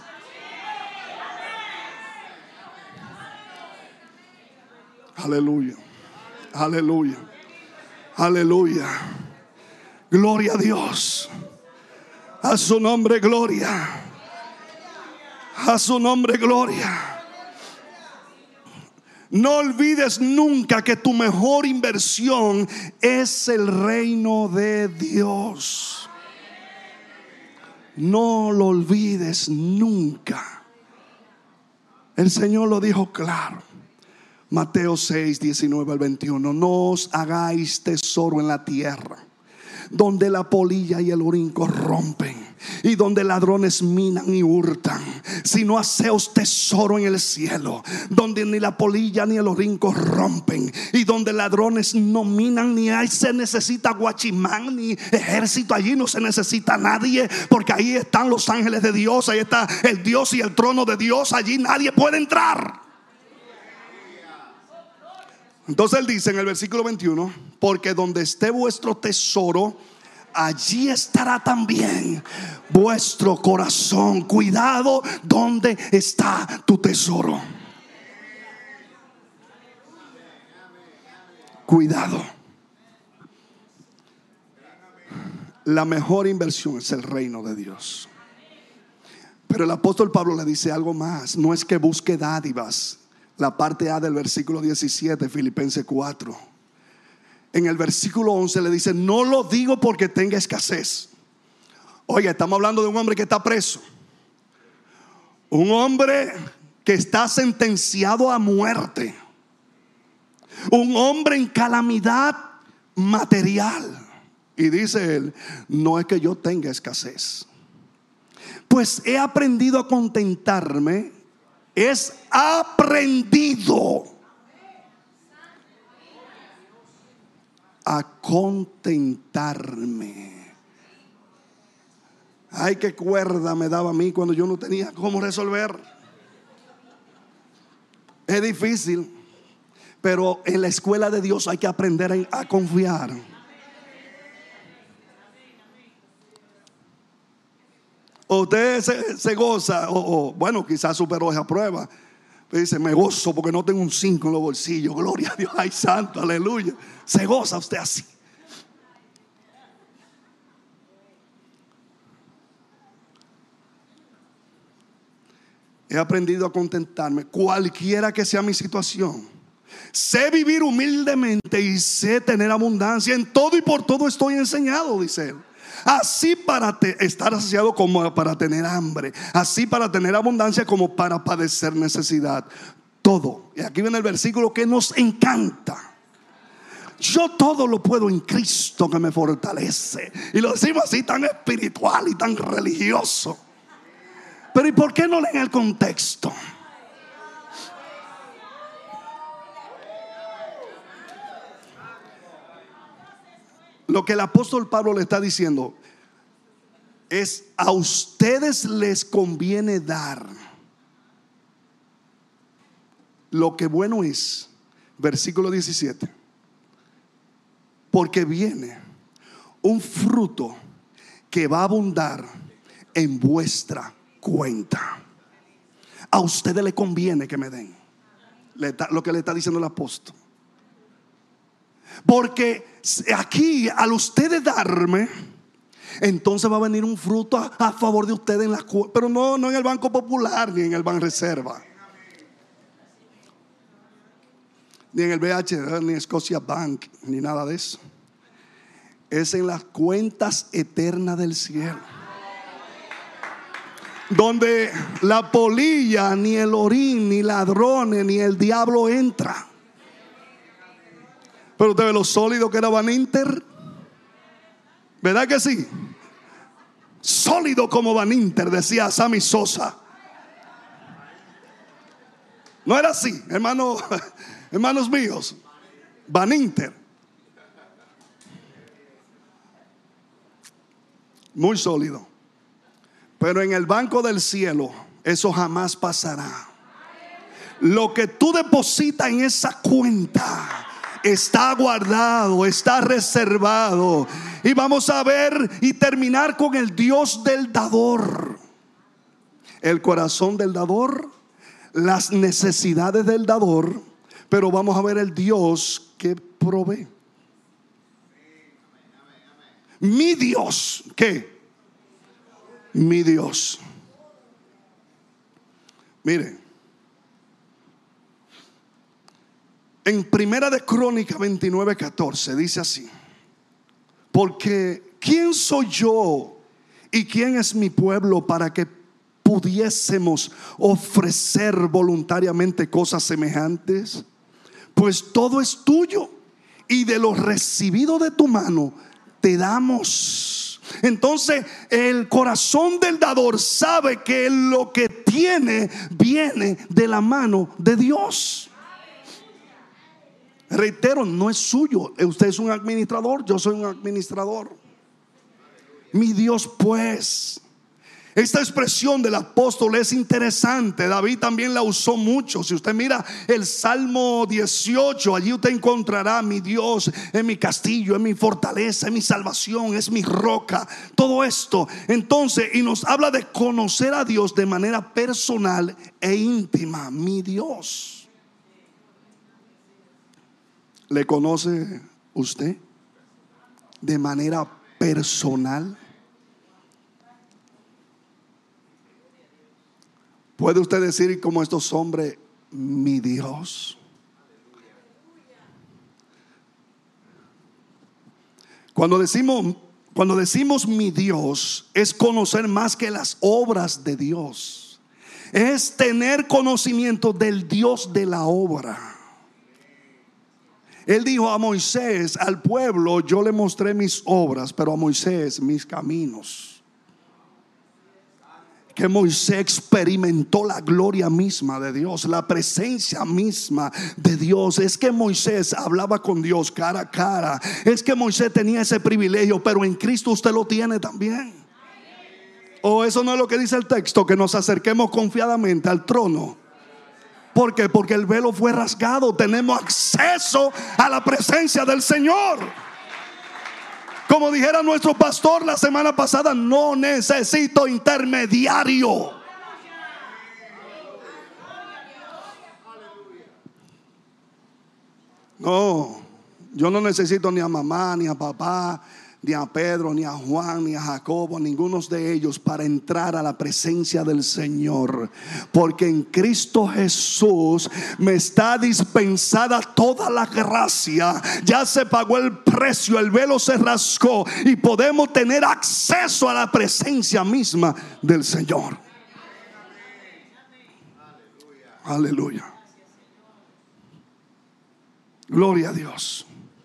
Aleluya. Aleluya. Aleluya. Gloria a Dios. A su nombre gloria. A su nombre gloria. No olvides nunca que tu mejor inversión es el reino de Dios. No lo olvides nunca. El Señor lo dijo claro. Mateo seis, diecinueve al veintiuno. No os hagáis tesoro en la tierra, donde la polilla y el orín corrompen, y donde ladrones minan y hurtan, sino haceos tesoro en el cielo, donde ni la polilla ni el orín corrompen, y donde ladrones no minan, ni hay se necesita guachimán ni ejército. Allí no se necesita nadie, porque ahí están los ángeles de Dios, ahí está el Dios y el trono de Dios. Allí nadie puede entrar. Entonces él dice en el versículo veintiuno: porque donde esté vuestro tesoro, allí estará también vuestro corazón. Cuidado donde está tu tesoro. Cuidado. La mejor inversión es el reino de Dios. Pero el apóstol Pablo le dice algo más. No es que busque dádivas. La parte A del versículo diecisiete, Filipenses cuatro. En el versículo once le dice: no lo digo porque tenga escasez. Oiga, estamos hablando de un hombre que está preso, un hombre que está sentenciado a muerte, un hombre en calamidad material. Y dice él: no es que yo tenga escasez, pues he aprendido a contentarme. Es aprendido a contentarme. Ay, qué cuerda me daba a mí cuando yo no tenía cómo resolver. Es difícil, pero en la escuela de Dios hay que aprender a confiar. Usted se, se goza, o, o bueno, quizás superó esa prueba. Pero dice: me gozo porque no tengo un cinco en los bolsillos. Gloria a Dios, ay santo, aleluya. Se goza usted así. He aprendido a contentarme, cualquiera que sea mi situación. Sé vivir humildemente y sé tener abundancia. En todo y por todo estoy enseñado, dice él. Así para te, estar saciado como para tener hambre, así para tener abundancia como para padecer necesidad. Todo. Y aquí viene el versículo que nos encanta: yo todo lo puedo en Cristo que me fortalece. Y lo decimos así tan espiritual y tan religioso. Pero ¿y por qué no leen el contexto? Lo que el apóstol Pablo le está diciendo es: a ustedes les conviene dar lo que bueno es. Versículo diecisiete: porque viene un fruto que va a abundar en vuestra cuenta. A ustedes les conviene que me den. Lo que le está diciendo el apóstol. Porque aquí, al ustedes darme, entonces va a venir un fruto a, a favor de ustedes en la, pero no, no en el Banco Popular ni en el Banreserva, ni en el B H D, ni Scotia Bank, ni nada de eso. Es en las cuentas eternas del cielo, donde la polilla, ni el orín, ni ladrones, ni el diablo entra. Pero usted ve lo sólido que era Van Inter, ¿verdad que sí? Sólido como Van Inter, decía Sammy Sosa. No era así, hermano, hermanos míos. Van Inter, muy sólido. Pero en el banco del cielo eso jamás pasará. Lo que tú depositas en esa cuenta está guardado, está reservado. Y vamos a ver y terminar con el Dios del dador. El corazón del dador, las necesidades del dador. Pero vamos a ver el Dios que provee. Mi Dios, ¿qué? Mi Dios. Mire, en Primera de Crónica veintinueve catorce dice así: porque ¿quién soy yo y quién es mi pueblo para que pudiésemos ofrecer voluntariamente cosas semejantes? Pues todo es tuyo y de lo recibido de tu mano te damos. Entonces el corazón del dador sabe que lo que tiene viene de la mano de Dios. Reitero, no es suyo. Usted es un administrador, yo soy un administrador. Mi Dios pues. Esta expresión del apóstol es interesante. David también la usó mucho. Si usted mira el Salmo dieciocho, allí usted encontrará: mi Dios es mi castillo, es mi fortaleza, es mi salvación, es mi roca. Todo esto. Entonces, y nos habla de conocer a Dios de manera personal e íntima. Mi Dios. ¿Le conoce usted de manera personal? ¿Puede usted decir como estos hombres, mi Dios? Cuando decimos, cuando decimos mi Dios, es conocer más que las obras de Dios. Es tener conocimiento del Dios de la obra. Él dijo a Moisés, al pueblo yo le mostré mis obras, pero a Moisés mis caminos. Que Moisés experimentó la gloria misma de Dios, la presencia misma de Dios. Es que Moisés hablaba con Dios cara a cara. Es que Moisés tenía ese privilegio, pero en Cristo usted lo tiene también. O eso no es lo que dice el texto, que nos acerquemos confiadamente al trono. ¿Por qué? Porque el velo fue rasgado. Tenemos acceso a la presencia del Señor. Como dijera nuestro pastor la semana pasada, no necesito intermediario. No, yo no necesito ni a mamá, ni a papá, ni a Pedro, ni a Juan, ni a Jacobo, ninguno de ellos para entrar a la presencia del Señor. Porque en Cristo Jesús me está dispensada toda la gracia. Ya se pagó el precio, el velo se rasgó y podemos tener acceso a la presencia misma del Señor. Aleluya. Gloria a Dios.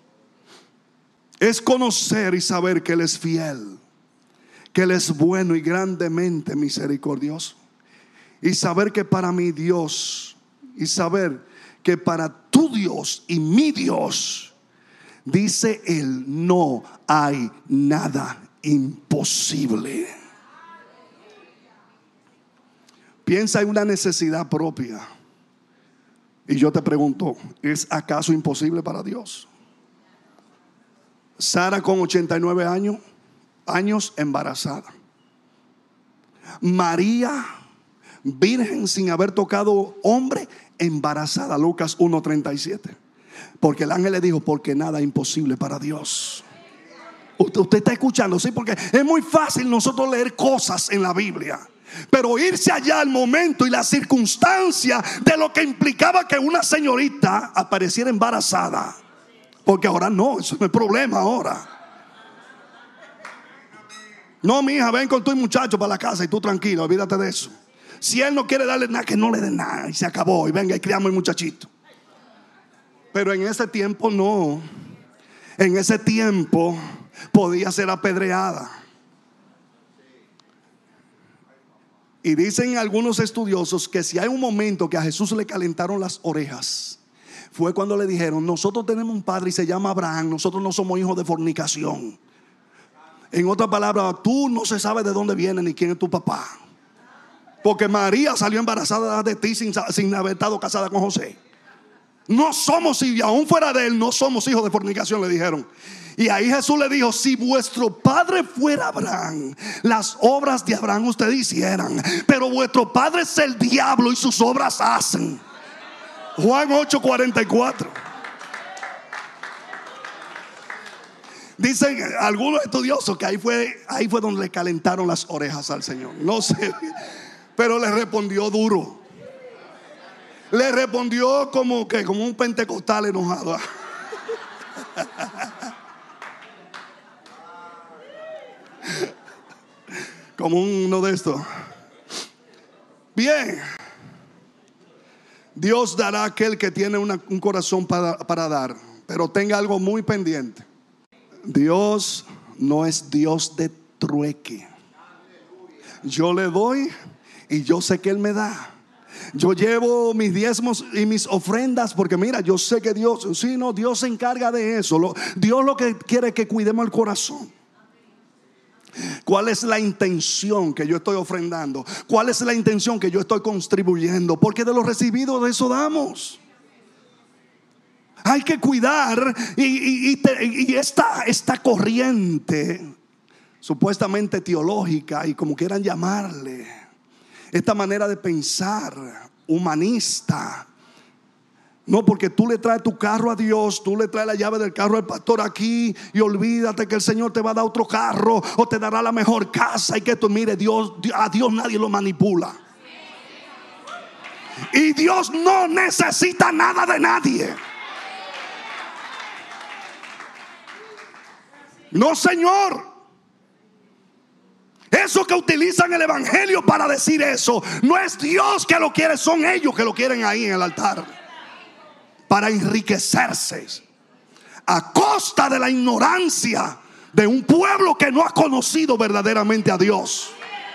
Es conocer y saber que Él es fiel, que Él es bueno y grandemente misericordioso. Y saber que para mi Dios, y saber que para tu Dios y mi Dios, dice Él, no hay nada imposible. Piensa en una necesidad propia. Y yo te pregunto, ¿es acaso imposible para Dios? Sara con ochenta y nueve años, años embarazada. María, virgen sin haber tocado hombre, embarazada. Lucas uno treinta y siete. Porque el ángel le dijo, porque nada es imposible para Dios. Usted, usted está escuchando, sí, porque es muy fácil nosotros leer cosas en la Biblia, pero irse allá al momento y la circunstancia de lo que implicaba que una señorita apareciera embarazada. Porque ahora no, eso no es problema ahora. No, mi hija, ven con tu muchacho para la casa y tú tranquilo, olvídate de eso. Si él no quiere darle nada, que no le dé nada y se acabó. Y venga y criamos el muchachito. Pero en ese tiempo no. En ese tiempo podía ser apedreada. Y dicen algunos estudiosos que si hay un momento que a Jesús le calentaron las orejas, fue cuando le dijeron, nosotros tenemos un padre y se llama Abraham, nosotros no somos hijos de fornicación. En otras palabras, tú no se sabe de dónde viene ni quién es tu papá. Porque María salió embarazada de ti sin, sin haber estado casada con José. No somos, y aún fuera de él, no somos hijos de fornicación, le dijeron. Y ahí Jesús le dijo, si vuestro padre fuera Abraham, las obras de Abraham ustedes hicieran, pero vuestro padre es el diablo y sus obras hacen. Juan ocho cuarenta y cuatro. Dicen algunos estudiosos que ahí fue, ahí fue donde le calentaron las orejas al Señor. No sé, pero le respondió duro. Le respondió como que como un pentecostal enojado. Como uno de estos. Bien. Dios dará a aquel que tiene una, un corazón para, para dar. Pero tenga algo muy pendiente. Dios no es Dios de trueque. Yo le doy y yo sé que Él me da. Yo llevo mis diezmos y mis ofrendas porque mira, yo sé que Dios, sí, no, Dios se encarga de eso. Lo, Dios lo que quiere es que cuidemos el corazón. ¿Cuál es la intención que yo estoy ofrendando? ¿Cuál es la intención que yo estoy contribuyendo? Porque de lo recibido de eso damos. Hay que cuidar y, y, y, te, y esta, esta corriente supuestamente teológica y como quieran llamarle, esta manera de pensar humanista. No, porque tú le traes tu carro a Dios, tú le traes la llave del carro al pastor aquí y olvídate que el Señor te va a dar otro carro o te dará la mejor casa y que tú mire, Dios, a Dios nadie lo manipula. Y Dios no necesita nada de nadie. No, Señor. Eso que utilizan el evangelio para decir eso, no es Dios que lo quiere, son ellos que lo quieren ahí en el altar. Para enriquecerse a costa de la ignorancia de un pueblo que no ha conocido verdaderamente a Dios.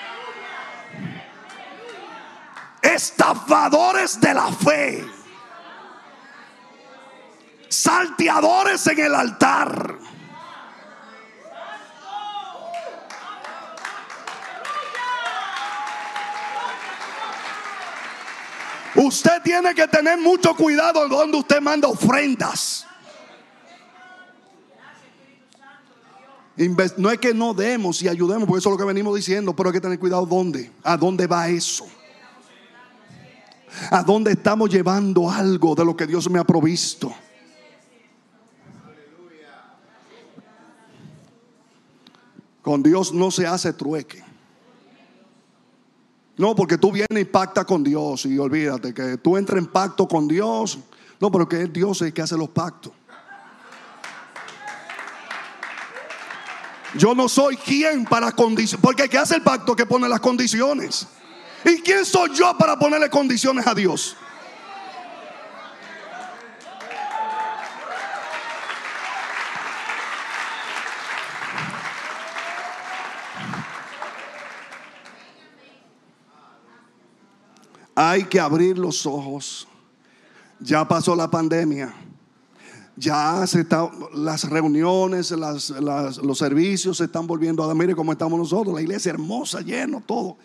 Estafadores de la fe, salteadores en el altar. Usted tiene que tener mucho cuidado donde usted manda ofrendas. No es que no demos y ayudemos, porque eso es lo que venimos diciendo, pero hay que tener cuidado dónde, a dónde va eso, a dónde estamos llevando algo de lo que Dios me ha provisto. Con Dios no se hace trueque. No, porque tú vienes y pactas con Dios y olvídate que tú entras en pacto con Dios. No, pero que es Dios el que hace los pactos. Yo no soy quien para condiciones, porque el que hace el pacto es que pone las condiciones. ¿Y quién soy yo para ponerle condiciones a Dios? Hay que abrir los ojos. Ya pasó la pandemia. Ya se está, las reuniones, las, las, los servicios se están volviendo a dar. Mire cómo estamos nosotros, la iglesia hermosa, lleno, todo.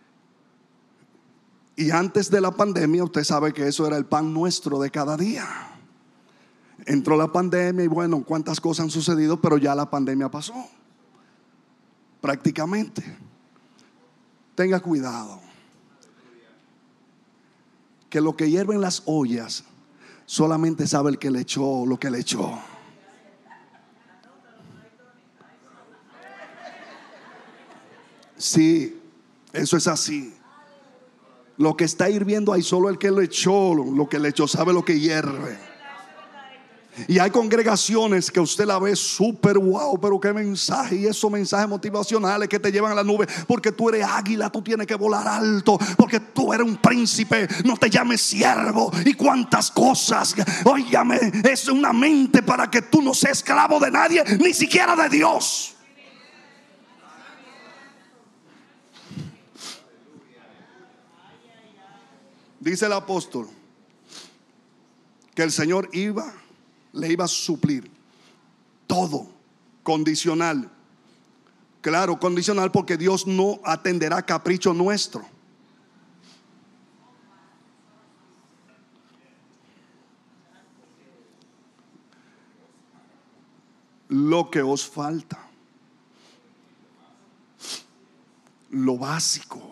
Y antes de la pandemia, usted sabe que eso era el pan nuestro de cada día. Entró la pandemia y bueno, cuántas cosas han sucedido, pero ya la pandemia pasó. Prácticamente. Tenga cuidado. Que lo que hierve en las ollas solamente sabe el que le echó lo que le echó. Sí, eso es así. Lo que está hirviendo ahí solo el que le echó lo que le echó sabe lo que hierve. Y hay congregaciones que usted la ve súper wow, pero qué mensaje, y esos mensajes motivacionales que te llevan a la nube. Porque tú eres águila, tú tienes que volar alto. Porque tú eres un príncipe, no te llames siervo. Y cuántas cosas. Óigame, es una mente para que tú no seas esclavo de nadie, ni siquiera de Dios. Dice el apóstol que el Señor iba le iba a suplir todo, condicional. Claro, condicional porque Dios no atenderá capricho nuestro. Lo que os falta, lo básico.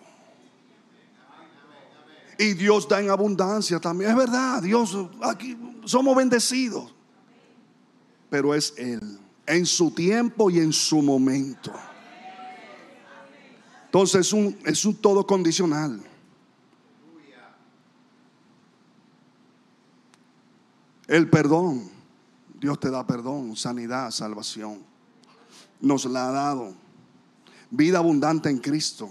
Y Dios da en abundancia también. Es verdad, Dios, aquí somos bendecidos. Pero es Él, en su tiempo y en su momento. Entonces es un, es un todo condicional. El perdón, Dios te da perdón, sanidad, salvación. Nos la ha dado. Vida abundante en Cristo.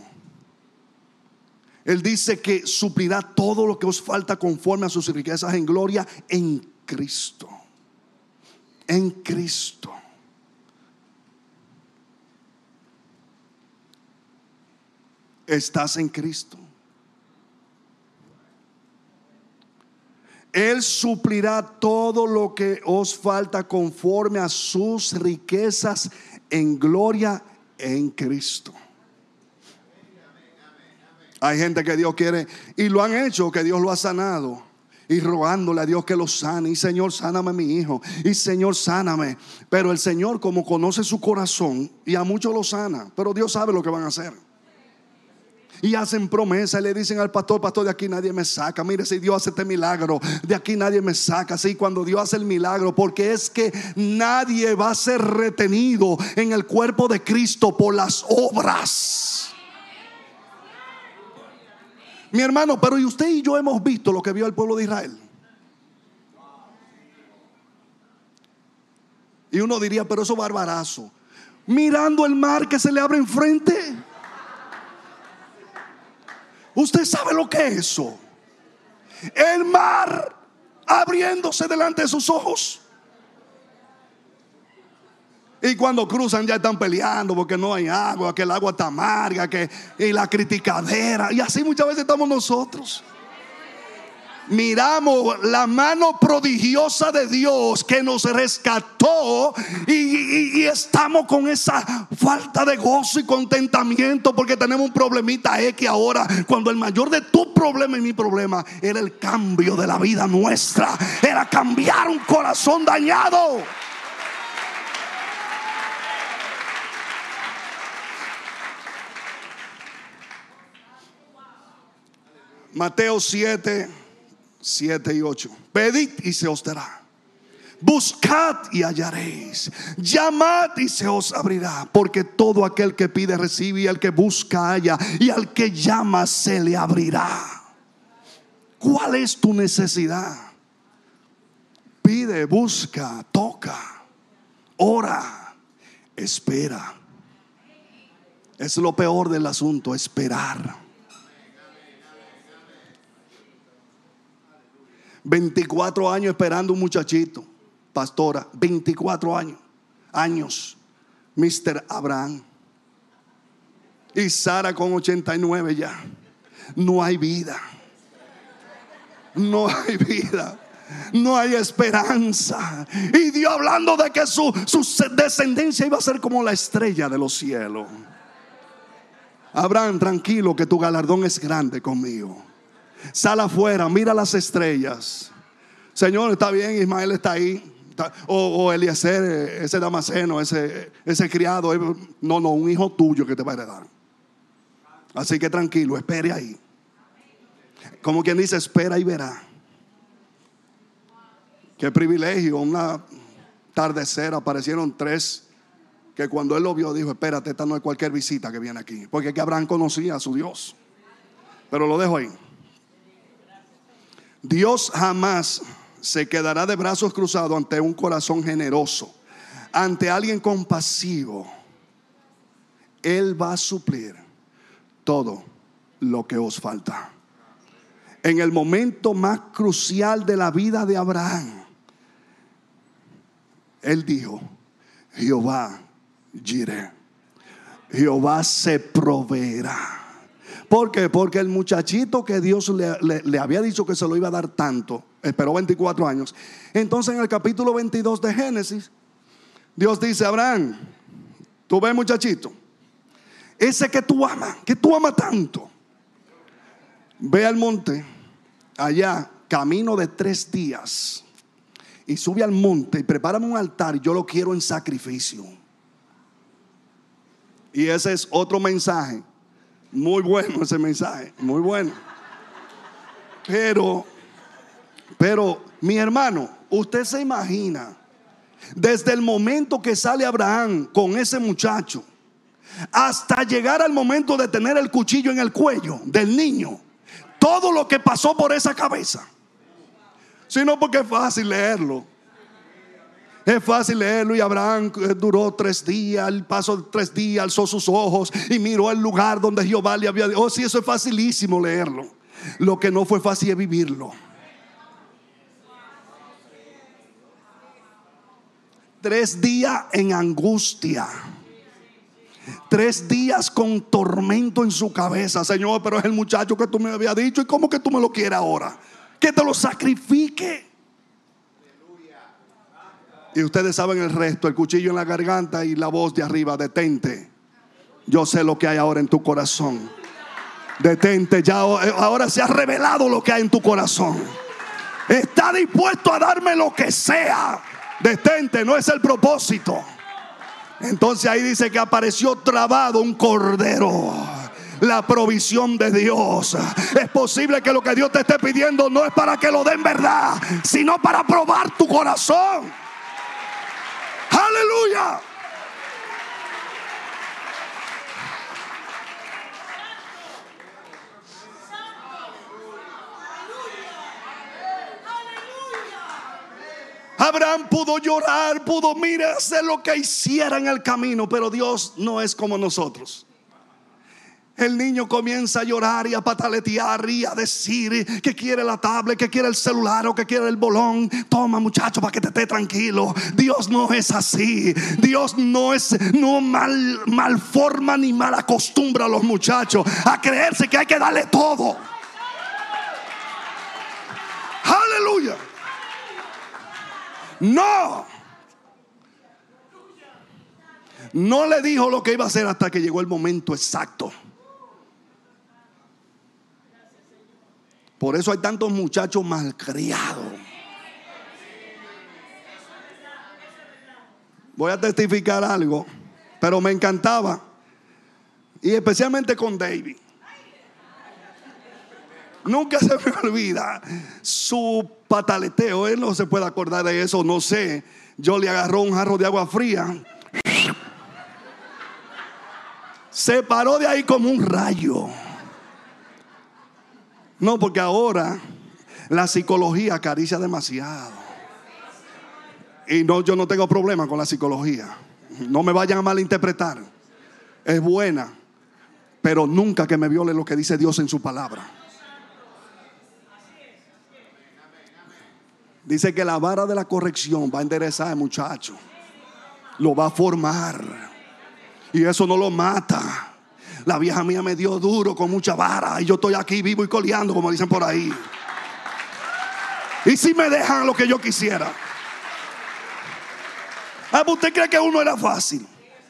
Él dice que suplirá todo lo que os falta conforme a sus riquezas en gloria en Cristo. En Cristo. estás en Cristo. Él suplirá todo lo que os falta conforme a sus riquezas en gloria en Cristo. Hay gente que Dios quiere, y lo han hecho, que Dios lo ha sanado, y rogándole a Dios que lo sane. Y Señor, sáname a mi hijo. Y Señor, sáname. Pero el Señor, como conoce su corazón, y a muchos lo sana, pero Dios sabe lo que van a hacer. Y hacen promesa y le dicen al pastor: pastor, de aquí nadie me saca. Mire, si Dios hace este milagro, de aquí nadie me saca. Sí, cuando Dios hace el milagro, porque es que nadie va a ser retenido en el cuerpo de Cristo por las obras. Mi hermano, pero y usted y yo hemos visto lo que vio el pueblo de Israel. Y uno diría: pero eso barbarazo, mirando el mar que se le abre enfrente. Usted sabe lo que es eso. El mar abriéndose delante de sus ojos. Y cuando cruzan ya están peleando porque no hay agua, que el agua está amarga, que, y la criticadera. Y así muchas veces estamos nosotros. Miramos la mano prodigiosa de Dios que nos rescató y, y, y estamos con esa falta de gozo y contentamiento porque tenemos un problemita X ahora, cuando el mayor de tu problema y mi problema era el cambio de la vida nuestra, era cambiar un corazón dañado. Mateo siete, siete y ocho. Pedid y se os dará. Buscad y hallaréis. Llamad y se os abrirá. Porque todo aquel que pide recibe, y al que busca halla, y al que llama se le abrirá. ¿Cuál es tu necesidad? Pide, busca, toca, ora, espera. Es lo peor del asunto, esperar. veinticuatro años esperando un muchachito, pastora, veinticuatro años, años, mister Abraham. Y Sara con ochenta y nueve ya. No hay vida. No hay vida. No hay esperanza. Y Dios hablando de que su, su descendencia iba a ser como la estrella de los cielos. Abraham, tranquilo, que tu galardón es grande conmigo. Sal afuera, mira las estrellas. Señor, está bien, Ismael está ahí. Está, o, o Eliezer, ese damaseno, ese, ese criado. No, no, un hijo tuyo que te va a heredar. Así que tranquilo, espere ahí. Como quien dice, espera y verá. Qué privilegio. Una atardecer aparecieron tres, que cuando él lo vio dijo: espérate, esta no es cualquier visita que viene aquí. Porque que Abraham conocía a su Dios. Pero lo dejo ahí. Dios jamás se quedará de brazos cruzados ante un corazón generoso, ante alguien compasivo. Él va a suplir todo lo que os falta. En el momento más crucial de la vida de Abraham, él dijo: Jehová Jireh, Jehová se proveerá. ¿Por qué? Porque el muchachito que Dios le, le, le había dicho que se lo iba a dar tanto, esperó veinticuatro años. Entonces en el capítulo veintidós de Génesis, Dios dice: Abraham, tú ves, muchachito, ese que tú amas, que tú amas tanto, ve al monte, allá, camino de tres días, y sube al monte y prepárame un altar, y yo lo quiero en sacrificio. Y ese es otro mensaje. Muy bueno ese mensaje, muy bueno. Pero, pero mi hermano, usted se imagina, desde el momento que sale Abraham con ese muchacho, hasta llegar al momento de tener el cuchillo en el cuello del niño, todo lo que pasó por esa cabeza. Sino porque es fácil leerlo. Es fácil leerlo. Y Abraham duró tres días. El paso de tres días alzó sus ojos y miró el lugar donde Jehová le había dicho. Oh, sí, eso es facilísimo leerlo. Lo que no fue fácil es vivirlo. Tres días en angustia. Tres días con tormento en su cabeza. Señor, pero es el muchacho que tú me habías dicho. ¿Y cómo que tú me lo quieres ahora? Que te lo sacrifique. Y ustedes saben el resto. El cuchillo en la garganta y la voz de arriba: detente. Yo sé lo que hay ahora en tu corazón. Detente. Ya ahora se ha revelado lo que hay en tu corazón. Está dispuesto a darme lo que sea. Detente, no es el propósito. Entonces ahí dice que apareció trabado un cordero. La provisión de Dios. Es posible que lo que Dios te esté pidiendo no es para que lo den verdad, sino para probar tu corazón. Aleluya. Abraham pudo llorar, pudo, mira, hacer lo que hiciera en el camino, pero Dios no es como nosotros. El niño comienza a llorar y a pataletear y a decir que quiere la tablet, que quiere el celular o que quiere el bolón. Toma, muchacho, para que te esté tranquilo. Dios no es así. Dios no es, no mal, malforma ni mal acostumbra a los muchachos a creerse que hay que darle todo. Aleluya. No. No le dijo lo que iba a hacer hasta que llegó el momento exacto. Por eso hay tantos muchachos malcriados. Voy a testificar algo, pero me encantaba. Y especialmente con David. Nunca se me olvida su pataleteo. Él no se puede acordar de eso, no sé. Yo le agarró un jarro de agua fría. Se paró de ahí como un rayo. No, porque ahora la psicología acaricia demasiado. Y no, yo no tengo problema con la psicología. No me vayan a malinterpretar. Es buena, pero nunca que me viole lo que dice Dios en su palabra. Dice que la vara de la corrección va a enderezar al muchacho. Lo va a formar. Y eso no lo mata. La vieja mía me dio duro con mucha vara y yo estoy aquí vivo y coleando, como dicen por ahí. Y si me dejan lo que yo quisiera. Ah, ¿usted cree que uno era fácil?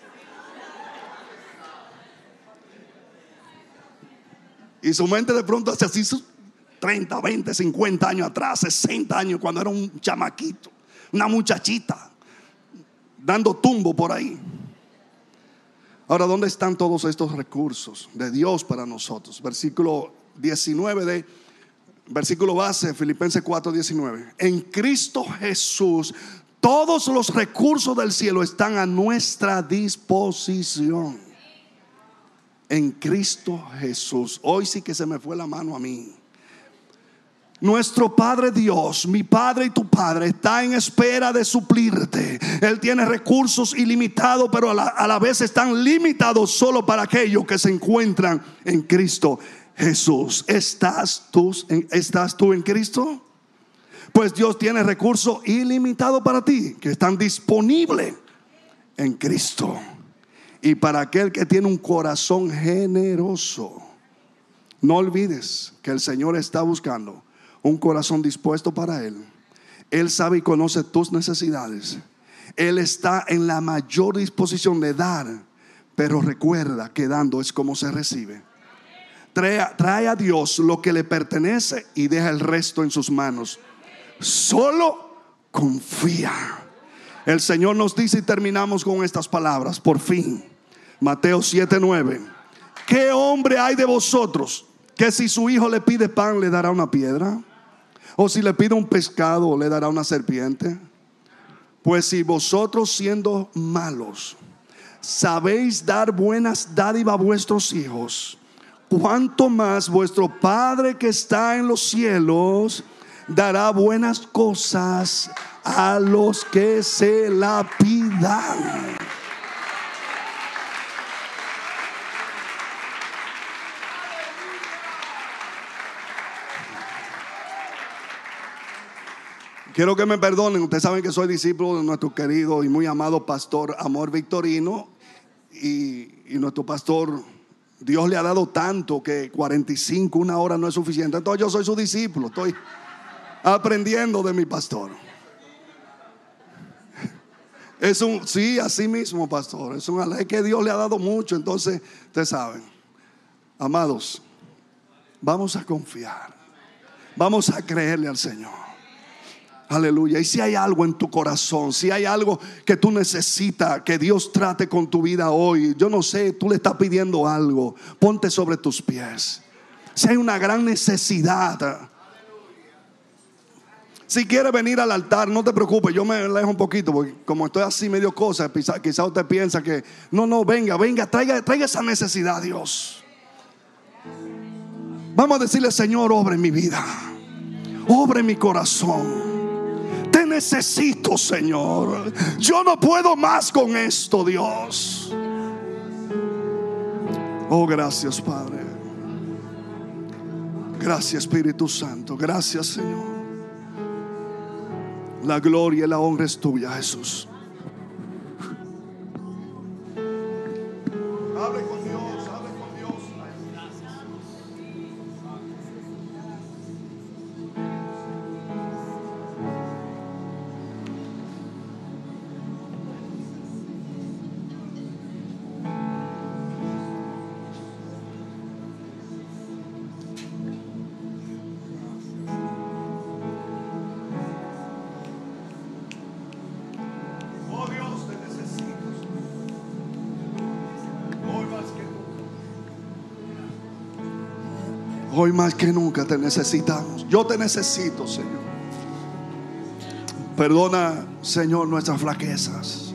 Y su mente de pronto hace así sus treinta, veinte, cincuenta años atrás, sesenta años, cuando era un chamaquito, una muchachita, dando tumbo por ahí. Ahora, ¿dónde están todos estos recursos de Dios para nosotros? Versículo diecinueve de versículo base, Filipenses cuatro diecinueve. En Cristo Jesús todos los recursos del cielo están a nuestra disposición. En Cristo Jesús. Hoy sí que se me fue la mano a mí. Nuestro Padre Dios, mi Padre y tu Padre, está en espera de suplirte. Él tiene recursos ilimitados, pero a la, a la vez están limitados solo para aquellos que se encuentran en Cristo Jesús. ¿Estás tú, ¿Estás tú en Cristo? Pues Dios tiene recursos ilimitados para ti, que están disponibles en Cristo. Y para aquel que tiene un corazón generoso, no olvides que el Señor está buscando un corazón dispuesto para Él. Él sabe y conoce tus necesidades. Él está en la mayor disposición de dar. Pero recuerda que dando es como se recibe. Trae, trae a Dios lo que le pertenece y deja el resto en sus manos. Solo confía. El Señor nos dice, y terminamos con estas palabras, por fin, Mateo siete nueve. ¿Qué hombre hay de vosotros que si su hijo le pide pan le dará una piedra? ¿O si le pide un pescado le dará una serpiente? Pues si vosotros, siendo malos, sabéis dar buenas dádivas a vuestros hijos, cuánto más vuestro Padre que está en los cielos dará buenas cosas a los que se la pidan. Quiero que me perdonen, ustedes saben que soy discípulo de nuestro querido y muy amado pastor Amor Victorino. y, y nuestro pastor, Dios le ha dado tanto que cuarenta y cinco, una hora no es suficiente. Entonces yo soy su discípulo, estoy aprendiendo de mi pastor. Es un, sí, así mismo, pastor. Es una ley que Dios le ha dado mucho. Entonces, ustedes saben, amados, vamos a confiar, vamos a creerle al Señor. Aleluya. Y si hay algo en tu corazón, si hay algo que tú necesitas que Dios trate con tu vida hoy, yo no sé, tú le estás pidiendo algo, ponte sobre tus pies. Si hay una gran necesidad, si quieres venir al altar, no te preocupes, yo me alejo un poquito, porque como estoy así medio cosa, quizás quizá usted piensa que no, no, venga, venga, traiga, traiga esa necesidad a Dios. Vamos a decirle: Señor, obra en mi vida, obra en mi corazón. Te necesito, Señor. Yo no puedo más con esto, Dios. Oh, gracias, Padre. Gracias, Espíritu Santo. Gracias, Señor. La gloria y la honra es tuya, Jesús. Hable con Dios, hable con Dios. Hoy más que nunca te necesitamos. Yo te necesito, Señor. Perdona, Señor, nuestras flaquezas.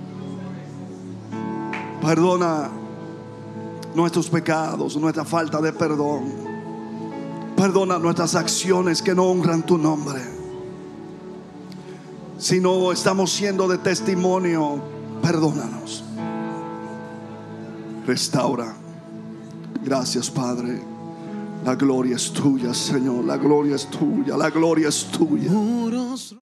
Perdona nuestros pecados, nuestra falta de perdón. Perdona nuestras acciones que no honran tu nombre. Si no estamos siendo de testimonio, perdónanos. Restaura. Gracias, Padre. La gloria es tuya, Señor. La gloria es tuya. La gloria es tuya.